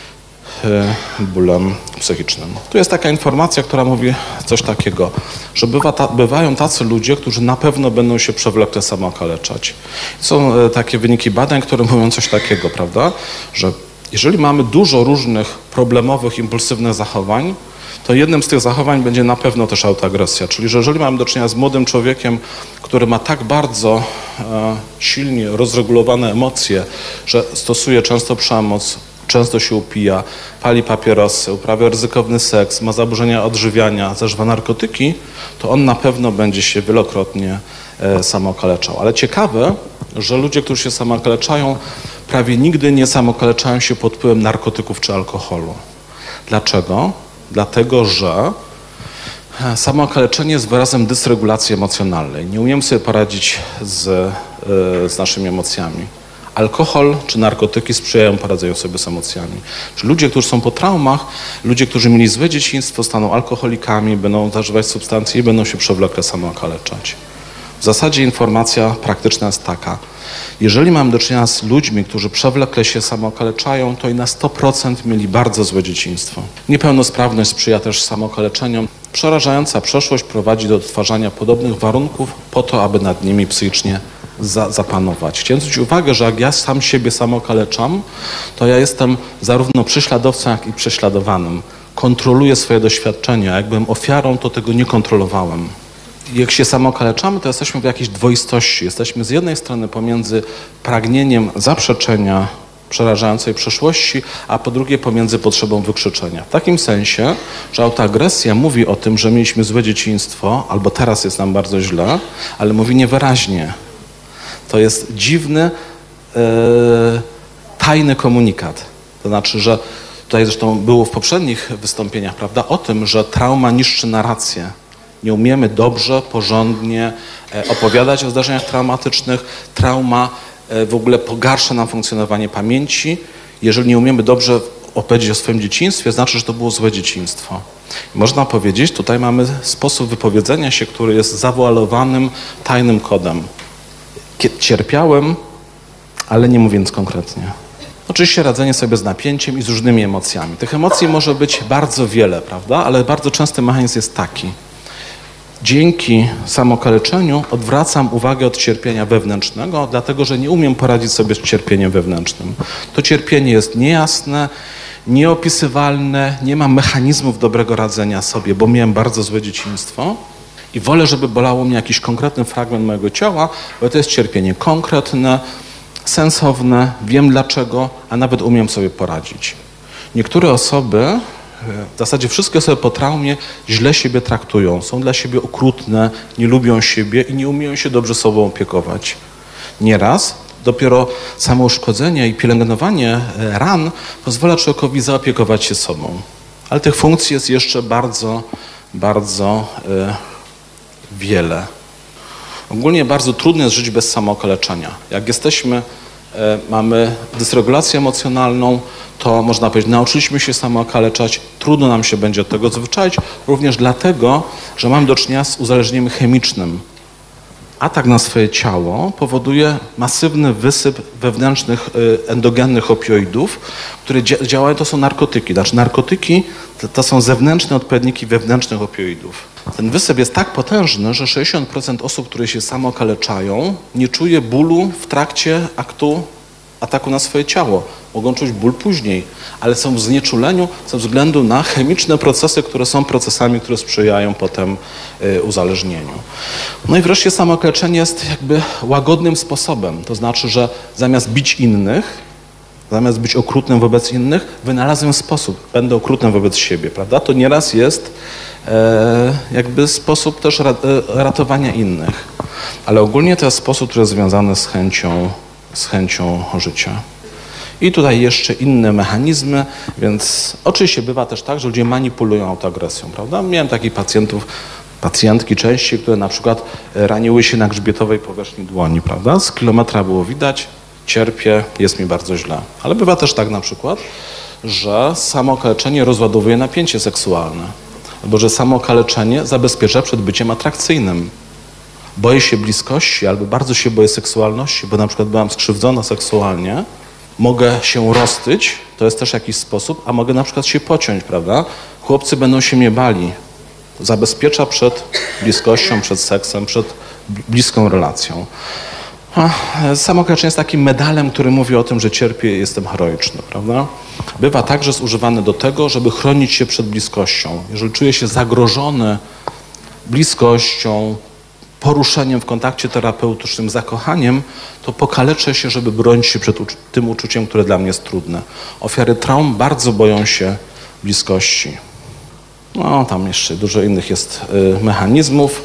y, bólem psychicznym. Tu jest taka informacja, która mówi coś takiego, że bywa ta, bywają tacy ludzie, którzy na pewno będą się przewlekle samookaleczać. Są y, takie wyniki badań, które mówią coś takiego, prawda? Że jeżeli mamy dużo różnych problemowych, impulsywnych zachowań, to jednym z tych zachowań będzie na pewno też autoagresja. Czyli, że jeżeli mamy do czynienia z młodym człowiekiem, który ma tak bardzo e, silnie rozregulowane emocje, że stosuje często przemoc, często się upija, pali papierosy, uprawia ryzykowny seks, ma zaburzenia odżywiania, zażywa narkotyki, to on na pewno będzie się wielokrotnie e, samookaleczał. Ale ciekawe, że ludzie, którzy się samookaleczają, prawie nigdy nie samookaleczają się pod wpływem narkotyków czy alkoholu. Dlaczego? Dlatego, że samookaleczenie jest wyrazem dysregulacji emocjonalnej. Nie umiemy sobie poradzić z, z naszymi emocjami. Alkohol czy narkotyki sprzyjają poradzeniu sobie z emocjami. Czyli ludzie, którzy są po traumach, ludzie, którzy mieli złe dzieciństwo, staną alkoholikami, będą zażywać substancje i będą się przewlekle samookaleczać. W zasadzie informacja praktyczna jest taka. Jeżeli mamy do czynienia z ludźmi, którzy przewlekle się samookaleczają, to i na sto procent mieli bardzo złe dzieciństwo. Niepełnosprawność sprzyja też samookaleczeniom. Przerażająca przeszłość prowadzi do odtwarzania podobnych warunków po to, aby nad nimi psychicznie za, zapanować. Chciałem zwrócić uwagę, że jak ja sam siebie samookaleczam, to ja jestem zarówno prześladowcą, jak i prześladowanym. Kontroluję swoje doświadczenia. Jak byłem ofiarą, to tego nie kontrolowałem. Jak się samookaleczamy, to jesteśmy w jakiejś dwoistości. Jesteśmy z jednej strony pomiędzy pragnieniem zaprzeczenia przerażającej przeszłości, a po drugie pomiędzy potrzebą wykrzyczenia. W takim sensie, że autoagresja mówi o tym, że mieliśmy złe dzieciństwo, albo teraz jest nam bardzo źle, ale mówi niewyraźnie. To jest dziwny, yy, tajny komunikat. To znaczy, że tutaj zresztą było w poprzednich wystąpieniach, prawda, o tym, że trauma niszczy narrację. Nie umiemy dobrze, porządnie opowiadać o zdarzeniach traumatycznych. Trauma w ogóle pogarsza nam funkcjonowanie pamięci. Jeżeli nie umiemy dobrze opowiedzieć o swoim dzieciństwie, znaczy, że to było złe dzieciństwo. I można powiedzieć, tutaj mamy sposób wypowiedzenia się, który jest zawoalowanym, tajnym kodem. Cierpiałem, ale nie mówiąc konkretnie. Oczywiście radzenie sobie z napięciem i z różnymi emocjami. Tych emocji może być bardzo wiele, prawda? Ale bardzo częsty mechanizm jest taki. dzięki samokaleczeniu odwracam uwagę od cierpienia wewnętrznego, dlatego że nie umiem poradzić sobie z cierpieniem wewnętrznym. To cierpienie jest niejasne, nieopisywalne, nie mam mechanizmów dobrego radzenia sobie, bo miałem bardzo złe dzieciństwo i wolę, żeby bolało mnie jakiś konkretny fragment mojego ciała, bo to jest cierpienie konkretne, sensowne, wiem dlaczego, a nawet umiem sobie poradzić. Niektóre osoby, w zasadzie wszystkie osoby po traumie źle siebie traktują, są dla siebie okrutne, nie lubią siebie i nie umieją się dobrze sobą opiekować. Nieraz dopiero samo uszkodzenie i pielęgnowanie ran pozwala człowiekowi zaopiekować się sobą. Ale tych funkcji jest jeszcze bardzo, bardzo y, wiele. Ogólnie bardzo trudno jest żyć bez samookaleczenia. Jak jesteśmy, y, mamy dysregulację emocjonalną, to można powiedzieć, nauczyliśmy się samookaleczać, trudno nam się będzie od tego odzwyczaić, również dlatego, że mamy do czynienia z uzależnieniem chemicznym. Atak na swoje ciało powoduje masywny wysyp wewnętrznych, endogennych opioidów, które działają, to są narkotyki. Znaczy narkotyki to, to są zewnętrzne odpowiedniki wewnętrznych opioidów. Ten wysyp jest tak potężny, że sześćdziesiąt procent osób, które się samookaleczają, nie czuje bólu w trakcie aktu ataku na swoje ciało. Mogą czuć ból później, ale są w znieczuleniu ze względu na chemiczne procesy, które są procesami, które sprzyjają potem y, uzależnieniu. No i wreszcie samookaleczenie jest jakby łagodnym sposobem. To znaczy, że zamiast bić innych, zamiast być okrutnym wobec innych, wynalazłem sposób, będę okrutnym wobec siebie, prawda? To nieraz jest e, jakby sposób też ra, e, ratowania innych. Ale ogólnie to jest sposób, który jest związany z chęcią, z chęcią życia. I tutaj jeszcze inne mechanizmy, więc oczywiście bywa też tak, że ludzie manipulują autoagresją, prawda? Miałem takich pacjentów, pacjentki częściej, które na przykład raniły się na grzbietowej powierzchni dłoni, prawda? Z kilometra było widać, cierpię, jest mi bardzo źle. Ale bywa też tak na przykład, że samookaleczenie rozładowuje napięcie seksualne, albo że samookaleczenie zabezpiecza przed byciem atrakcyjnym. Boję się bliskości albo bardzo się boję seksualności, bo na przykład byłam skrzywdzona seksualnie, mogę się roztyć, to jest też jakiś sposób, a mogę na przykład się pociąć, prawda? Chłopcy będą się mnie bali. Zabezpiecza przed bliskością, przed seksem, przed bliską relacją. Samookaleczenie jest takim medalem, który mówi o tym, że cierpię i jestem heroiczny, prawda? Bywa tak, że jest używany do tego, żeby chronić się przed bliskością. Jeżeli czuję się zagrożony bliskością, poruszeniem w kontakcie terapeutycznym, zakochaniem, to pokaleczę się, żeby bronić się przed uczu- tym uczuciem, które dla mnie jest trudne. Ofiary traum bardzo boją się bliskości. No, tam jeszcze dużo innych jest y, mechanizmów.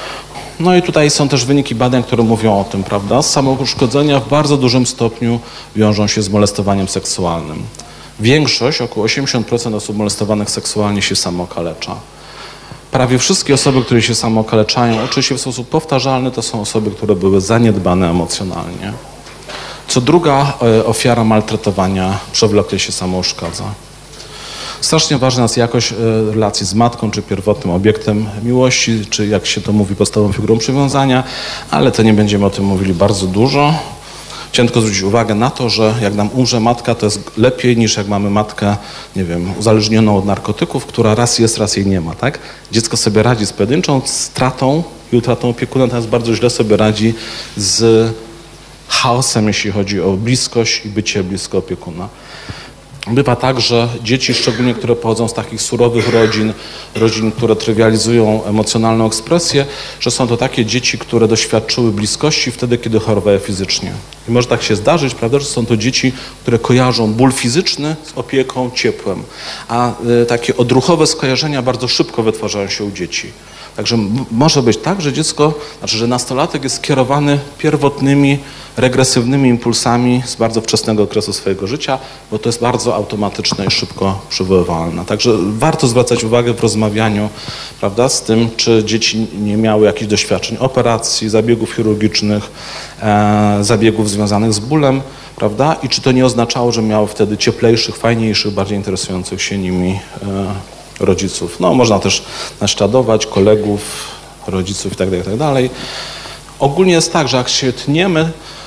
No i tutaj są też wyniki badań, które mówią o tym, prawda? Samouszkodzenia w bardzo dużym stopniu wiążą się z molestowaniem seksualnym. Większość, około osiemdziesiąt procent osób molestowanych seksualnie się samookalecza. Prawie wszystkie osoby, które się samookaleczają, oczywiście w sposób powtarzalny, to są osoby, które były zaniedbane emocjonalnie. Co druga e, ofiara maltretowania przewlekle się samouszkadza. Strasznie ważna jest jakość e, relacji z matką, czy pierwotnym obiektem miłości, czy jak się to mówi, podstawową figurą przywiązania, ale to nie będziemy o tym mówili bardzo dużo. Chciałem tylko zwrócić uwagę na to, że jak nam umrze matka, to jest lepiej niż jak mamy matkę, nie wiem, uzależnioną od narkotyków, która raz jest, raz jej nie ma, tak? Dziecko sobie radzi z pojedynczą stratą i utratą opiekuna, natomiast bardzo źle sobie radzi z chaosem, jeśli chodzi o bliskość i bycie blisko opiekuna. Bywa tak, że dzieci, szczególnie które pochodzą z takich surowych rodzin, rodzin, które trywializują emocjonalną ekspresję, że są to takie dzieci, które doświadczyły bliskości wtedy, kiedy chorowały fizycznie. I może tak się zdarzyć, prawda, że są to dzieci, które kojarzą ból fizyczny z opieką, ciepłem. A y, takie odruchowe skojarzenia bardzo szybko wytwarzają się u dzieci. Także m- może być tak, że dziecko, znaczy, że nastolatek jest skierowany pierwotnymi, regresywnymi impulsami z bardzo wczesnego okresu swojego życia, bo to jest bardzo automatyczne i szybko przywoływalne. Także warto zwracać uwagę w rozmawianiu, prawda, z tym, czy dzieci nie miały jakichś doświadczeń operacji, zabiegów chirurgicznych, e, zabiegów związanych z bólem, prawda, i czy to nie oznaczało, że miały wtedy cieplejszych, fajniejszych, bardziej interesujących się nimi e, rodziców. No, można też naśladować kolegów, rodziców itd., itd. Ogólnie jest tak, że jak się tniemy,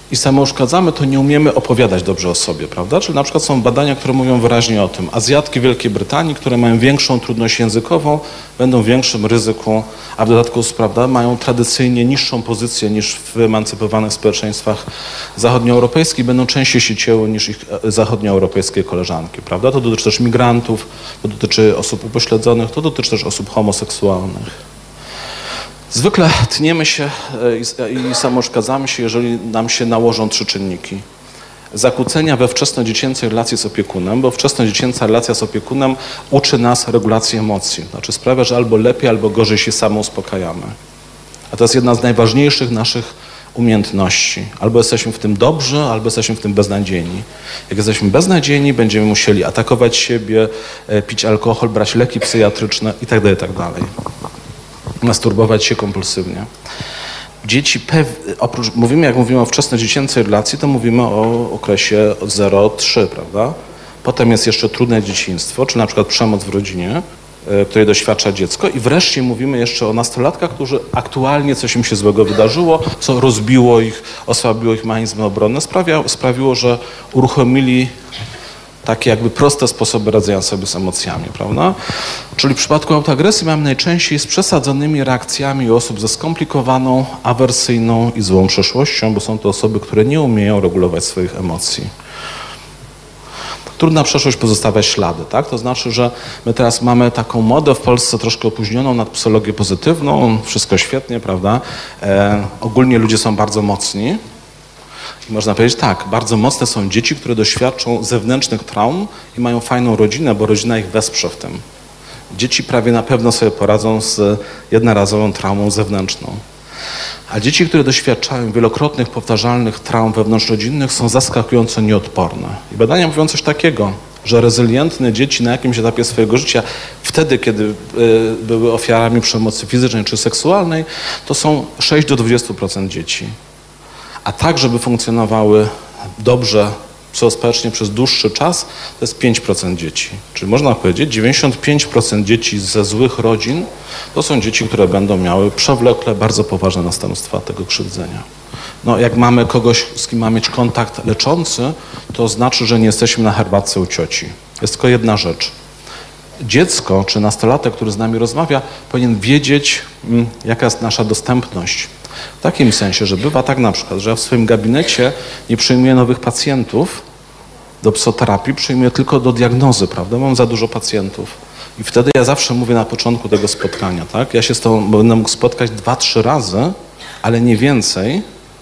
i samouszkadzamy, to nie umiemy opowiadać dobrze o sobie, prawda? Czyli na przykład są badania, które mówią wyraźnie o tym. Azjatki Wielkiej Brytanii, które mają większą trudność językową, będą w większym ryzyku, a w dodatku, prawda, mają tradycyjnie niższą pozycję niż w emancypowanych społeczeństwach zachodnioeuropejskich, będą częściej się cięły niż ich zachodnioeuropejskie koleżanki, prawda? To dotyczy też migrantów, to dotyczy osób upośledzonych, to dotyczy też osób homoseksualnych. Zwykle tniemy się i, i samouszkadzamy się, jeżeli nam się nałożą trzy czynniki. Zakłócenia we wczesnodziecięcej relacji z opiekunem, bo wczesnodziecięca relacja z opiekunem uczy nas regulacji emocji. Znaczy sprawia, że albo lepiej, albo gorzej się samouspokajamy. A to jest jedna z najważniejszych naszych umiejętności. Albo jesteśmy w tym dobrzy, albo jesteśmy w tym beznadziejni. Jak jesteśmy beznadziejni, będziemy musieli atakować siebie, pić alkohol, brać leki psychiatryczne itd., itd. Masturbować się kompulsywnie. Dzieci, pew... oprócz, mówimy, jak mówimy o wczesnodziecięcej relacji, to mówimy o okresie od zero do trzech, prawda? Potem jest jeszcze trudne dzieciństwo, czy na przykład przemoc w rodzinie, której doświadcza dziecko, i wreszcie mówimy jeszcze o nastolatkach, którzy aktualnie coś im się złego wydarzyło, co rozbiło ich, osłabiło ich mechanizmy obronne, sprawia, sprawiło, że uruchomili takie jakby proste sposoby radzenia sobie z emocjami, prawda? Czyli w przypadku autoagresji mamy najczęściej z przesadzonymi reakcjami osób ze skomplikowaną, awersyjną i złą przeszłością, bo są to osoby, które nie umieją regulować swoich emocji. Trudna przeszłość pozostawia ślady, tak? To znaczy, że my teraz mamy taką modę w Polsce troszkę opóźnioną nad psychologię pozytywną, wszystko świetnie, prawda? E, ogólnie ludzie są bardzo mocni. I można powiedzieć tak, bardzo mocne są dzieci, które doświadczą zewnętrznych traum i mają fajną rodzinę, bo rodzina ich wesprze w tym. Dzieci prawie na pewno sobie poradzą z jednorazową traumą zewnętrzną. A dzieci, które doświadczają wielokrotnych, powtarzalnych traum wewnątrzrodzinnych, są zaskakująco nieodporne. I badania mówią coś takiego, że rezylientne dzieci na jakimś etapie swojego życia, wtedy, kiedy y, były ofiarami przemocy fizycznej czy seksualnej, to są sześć do dwudziestu procent dzieci. A tak, żeby funkcjonowały dobrze psychospołecznie przez dłuższy czas, to jest pięć procent dzieci. Czyli można powiedzieć, dziewięćdziesiąt pięć procent dzieci ze złych rodzin to są dzieci, które będą miały przewlekle, bardzo poważne następstwa tego krzywdzenia. No, jak mamy kogoś, z kim ma mieć kontakt leczący, to znaczy, że nie jesteśmy na herbatce u cioci. Jest tylko jedna rzecz. Dziecko czy nastolatek, który z nami rozmawia, powinien wiedzieć, jaka jest nasza dostępność. W takim sensie, że bywa tak na przykład, że ja w swoim gabinecie nie przyjmuję nowych pacjentów do psychoterapii, przyjmuję tylko do diagnozy, prawda? Mam za dużo pacjentów. I wtedy ja zawsze mówię na początku tego spotkania, tak? Ja się z tobą będę mógł spotkać dwa, trzy razy, ale nie więcej,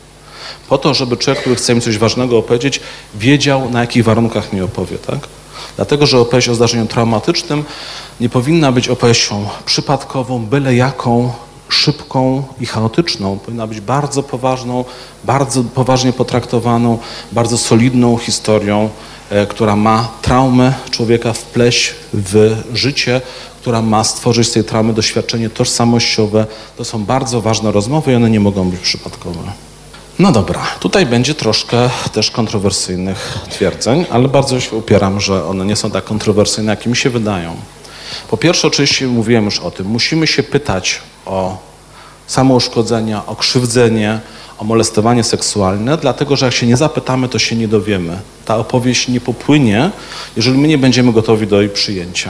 po to, żeby człowiek, który chce mi coś ważnego opowiedzieć, wiedział, na jakich warunkach mi opowie, tak? Dlatego, że opowieść o zdarzeniu traumatycznym nie powinna być opowieścią przypadkową, byle jaką, szybką i chaotyczną. Powinna być bardzo poważną, bardzo poważnie potraktowaną, bardzo solidną historią, e, która ma traumę człowieka wpleść w życie, która ma stworzyć z tej traumy doświadczenie tożsamościowe. To są bardzo ważne rozmowy i one nie mogą być przypadkowe. No dobra, tutaj będzie troszkę też kontrowersyjnych twierdzeń, ale bardzo się upieram, że one nie są tak kontrowersyjne, jak mi się wydają. Po pierwsze, oczywiście mówiłem już o tym, musimy się pytać o samouszkodzenia, o krzywdzenie, o molestowanie seksualne, dlatego że jak się nie zapytamy, to się nie dowiemy. Ta opowieść nie popłynie, jeżeli my nie będziemy gotowi do jej przyjęcia.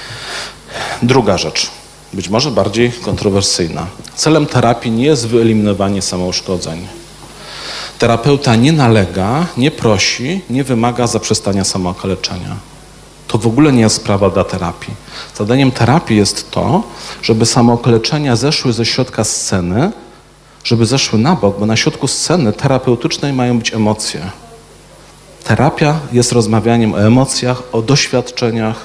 Druga rzecz, być może bardziej kontrowersyjna. Celem terapii nie jest wyeliminowanie samouszkodzeń. Terapeuta nie nalega, nie prosi, nie wymaga zaprzestania samookaleczenia. To w ogóle nie jest sprawa dla terapii. Zadaniem terapii jest to, żeby samookaleczenia zeszły ze środka sceny, żeby zeszły na bok, bo na środku sceny terapeutycznej mają być emocje. Terapia jest rozmawianiem o emocjach, o doświadczeniach,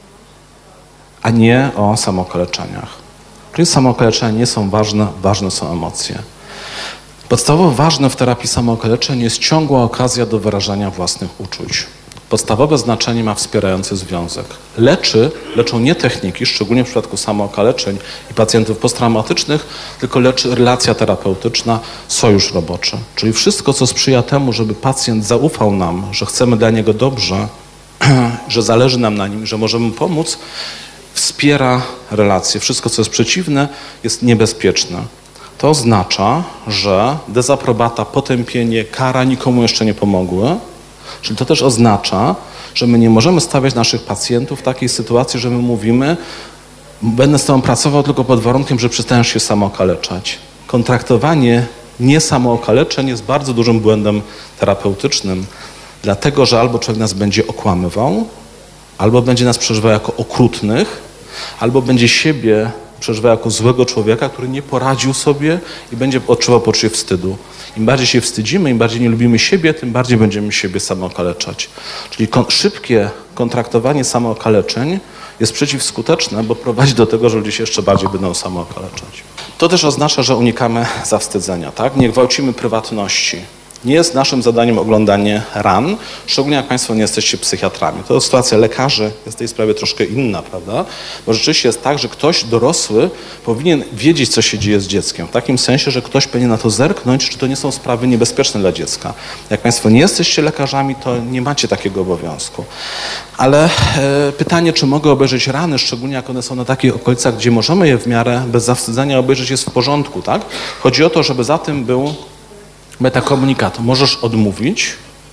a nie o samookaleczeniach. Czyli samookaleczenia nie są ważne, ważne są emocje. Podstawowo ważne w terapii samookaleczeń jest ciągła okazja do wyrażania własnych uczuć. Podstawowe znaczenie ma wspierający związek. Leczy, leczą nie techniki, szczególnie w przypadku samookaleczeń i pacjentów posttraumatycznych, tylko leczy relacja terapeutyczna, sojusz roboczy. Czyli wszystko, co sprzyja temu, żeby pacjent zaufał nam, że chcemy dla niego dobrze, że zależy nam na nim, że możemy mu pomóc, wspiera relacje. Wszystko, co jest przeciwne, jest niebezpieczne. to oznacza, że dezaprobata, potępienie, kara nikomu jeszcze nie pomogły. Czyli to też oznacza, że my nie możemy stawiać naszych pacjentów w takiej sytuacji, że my mówimy, będę z tobą pracował tylko pod warunkiem, że przestaniesz się samookaleczać. Kontraktowanie niesamookaleczeń jest bardzo dużym błędem terapeutycznym, dlatego że albo człowiek nas będzie okłamywał, albo będzie nas przeżywał jako okrutnych, albo będzie siebie przeżywał jako złego człowieka, który nie poradził sobie i będzie odczuwał poczucie wstydu. Im bardziej się wstydzimy, im bardziej nie lubimy siebie, tym bardziej będziemy siebie samookaleczać. Czyli kon- szybkie kontraktowanie samookaleczeń jest przeciwskuteczne, bo prowadzi do tego, że ludzie się jeszcze bardziej będą samookaleczać. To też oznacza, że unikamy zawstydzenia, tak? Nie gwałcimy prywatności. Nie jest naszym zadaniem oglądanie ran, szczególnie jak Państwo nie jesteście psychiatrami. To sytuacja lekarzy jest w tej sprawie troszkę inna, prawda? Bo rzeczywiście jest tak, że ktoś dorosły powinien wiedzieć, co się dzieje z dzieckiem. W takim sensie, że ktoś powinien na to zerknąć, czy to nie są sprawy niebezpieczne dla dziecka. Jak Państwo nie jesteście lekarzami, to nie macie takiego obowiązku. Ale e, pytanie, czy mogę obejrzeć rany, szczególnie jak one są na takich okolicach, gdzie możemy je w miarę bez zawstydzenia obejrzeć, jest w porządku, tak? Chodzi o to, żeby za tym był metakomunikat. Możesz odmówić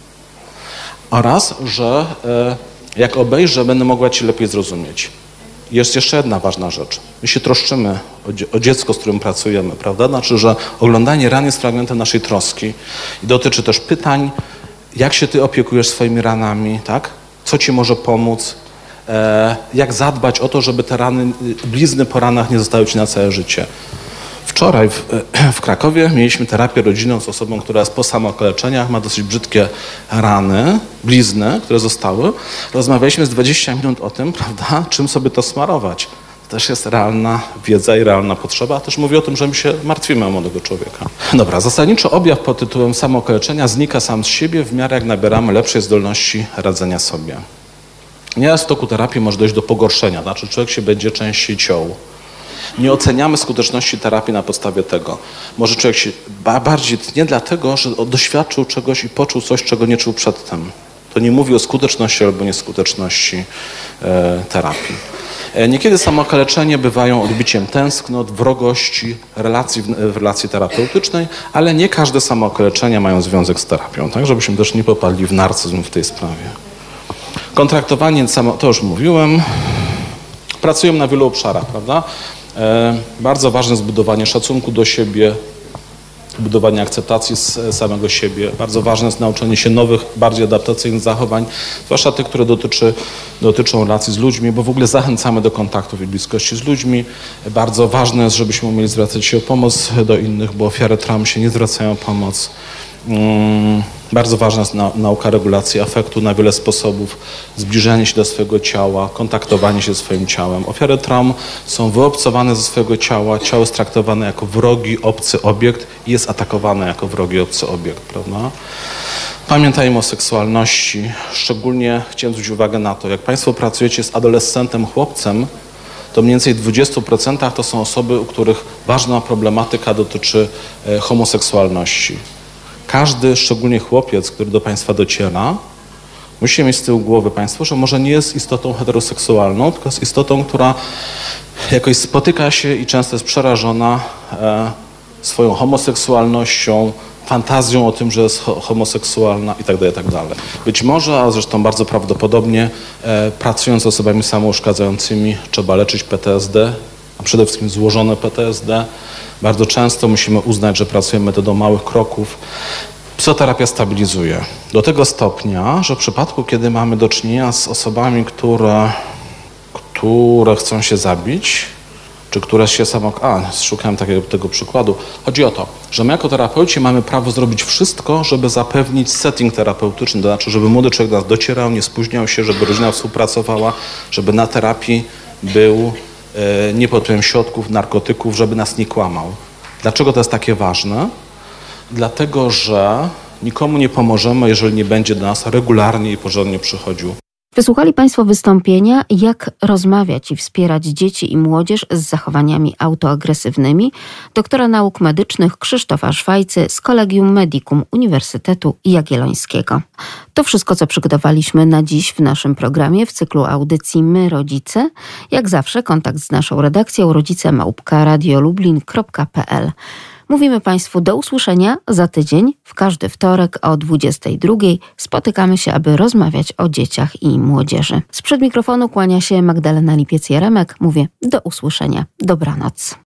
oraz, że e, jak obejrzę, będę mogła Cię lepiej zrozumieć. Jest jeszcze jedna ważna rzecz. My się troszczymy o, dzie- o dziecko, z którym pracujemy, prawda? Znaczy, że oglądanie ran jest fragmentem naszej troski i dotyczy też pytań, jak się Ty opiekujesz swoimi ranami, tak? Co Ci może pomóc? E, jak zadbać o to, żeby te rany, blizny po ranach nie zostały Ci na całe życie. Wczoraj w, w Krakowie mieliśmy terapię rodzinną z osobą, która jest po samookaleczeniach, ma dosyć brzydkie rany, blizny, które zostały. Rozmawialiśmy z dwadzieścia minut o tym, prawda, czym sobie to smarować. To też jest realna wiedza i realna potrzeba, a też mówi o tym, że my się martwimy o młodego człowieka. Dobra, zasadniczo objaw pod tytułem samookaleczenia znika sam z siebie w miarę jak nabieramy lepszej zdolności radzenia sobie. Nieraz w toku terapii może dojść do pogorszenia, znaczy człowiek się będzie częściej ciął. Nie oceniamy skuteczności terapii na podstawie tego. Może człowiek się bardziej tnie dlatego, że doświadczył czegoś i poczuł coś, czego nie czuł przedtem. To nie mówi o skuteczności albo nieskuteczności e, terapii. E, niekiedy samookaleczenie bywają odbiciem tęsknot, wrogości, relacji w, w relacji terapeutycznej, ale nie każde samookaleczenia mają związek z terapią, tak? Żebyśmy też nie popadli w narcyzm w tej sprawie. Kontraktowanie, to już mówiłem. Pracują na wielu obszarach, prawda? E, bardzo ważne jest budowanie szacunku do siebie, budowanie akceptacji z samego siebie. Bardzo ważne jest nauczenie się nowych, bardziej adaptacyjnych zachowań, zwłaszcza tych, które dotyczy, dotyczą relacji z ludźmi, bo w ogóle zachęcamy do kontaktów i bliskości z ludźmi. Bardzo ważne jest, żebyśmy umieli zwracać się o pomoc do innych, bo ofiary traum się nie zwracają o pomoc. Hmm. Bardzo ważna jest na, nauka regulacji afektu na wiele sposobów, zbliżanie się do swojego ciała, kontaktowanie się ze swoim ciałem. Ofiary traum są wyobcowane ze swojego ciała, ciało jest traktowane jako wrogi, obcy obiekt i jest atakowane jako wrogi, obcy obiekt, prawda? Pamiętajmy o seksualności, szczególnie chciałem zwrócić uwagę na to, jak Państwo pracujecie z adolescentem, chłopcem, to mniej więcej w dwudziestu procentach to są osoby, u których ważna problematyka dotyczy e, homoseksualności. Każdy, szczególnie chłopiec, który do Państwa dociera, musi mieć z tyłu głowy Państwo, że może nie jest istotą heteroseksualną, tylko jest istotą, która jakoś spotyka się i często jest przerażona e, swoją homoseksualnością, fantazją o tym, że jest ho- homoseksualna itd., itd. Być może, a zresztą bardzo prawdopodobnie, e, pracując z osobami samouszkadzającymi, trzeba leczyć P T S D, a przede wszystkim złożone P T S D. Bardzo często musimy uznać, że pracujemy metodą małych kroków. Psychoterapia stabilizuje do tego stopnia, że w przypadku, kiedy mamy do czynienia z osobami, które, które chcą się zabić, czy które się samo... A, szukałem takiego, tego przykładu. Chodzi o to, że my jako terapeuci mamy prawo zrobić wszystko, żeby zapewnić setting terapeutyczny, to znaczy, żeby młody człowiek do nas docierał, nie spóźniał się, żeby rodzina współpracowała, żeby na terapii był e, nie pod wpływem środków, narkotyków, żeby nas nie kłamał. Dlaczego to jest takie ważne? Dlatego, że nikomu nie pomożemy, jeżeli nie będzie do nas regularnie i porządnie przychodził. Wysłuchali Państwo wystąpienia, jak rozmawiać i wspierać dzieci i młodzież z zachowaniami autoagresywnymi doktora nauk medycznych Krzysztofa Szwajcy z Collegium Medicum Uniwersytetu Jagiellońskiego. To wszystko, co przygotowaliśmy na dziś w naszym programie w cyklu audycji My Rodzice. Jak zawsze kontakt z naszą redakcją rodzice małpka radiolublin kropka p l. Mówimy Państwu do usłyszenia za tydzień. W każdy wtorek o dwudziestej drugiej spotykamy się, aby rozmawiać o dzieciach i młodzieży. Sprzed mikrofonu kłania się Magdalena Lipiec-Jaremek. Mówię do usłyszenia. Dobranoc.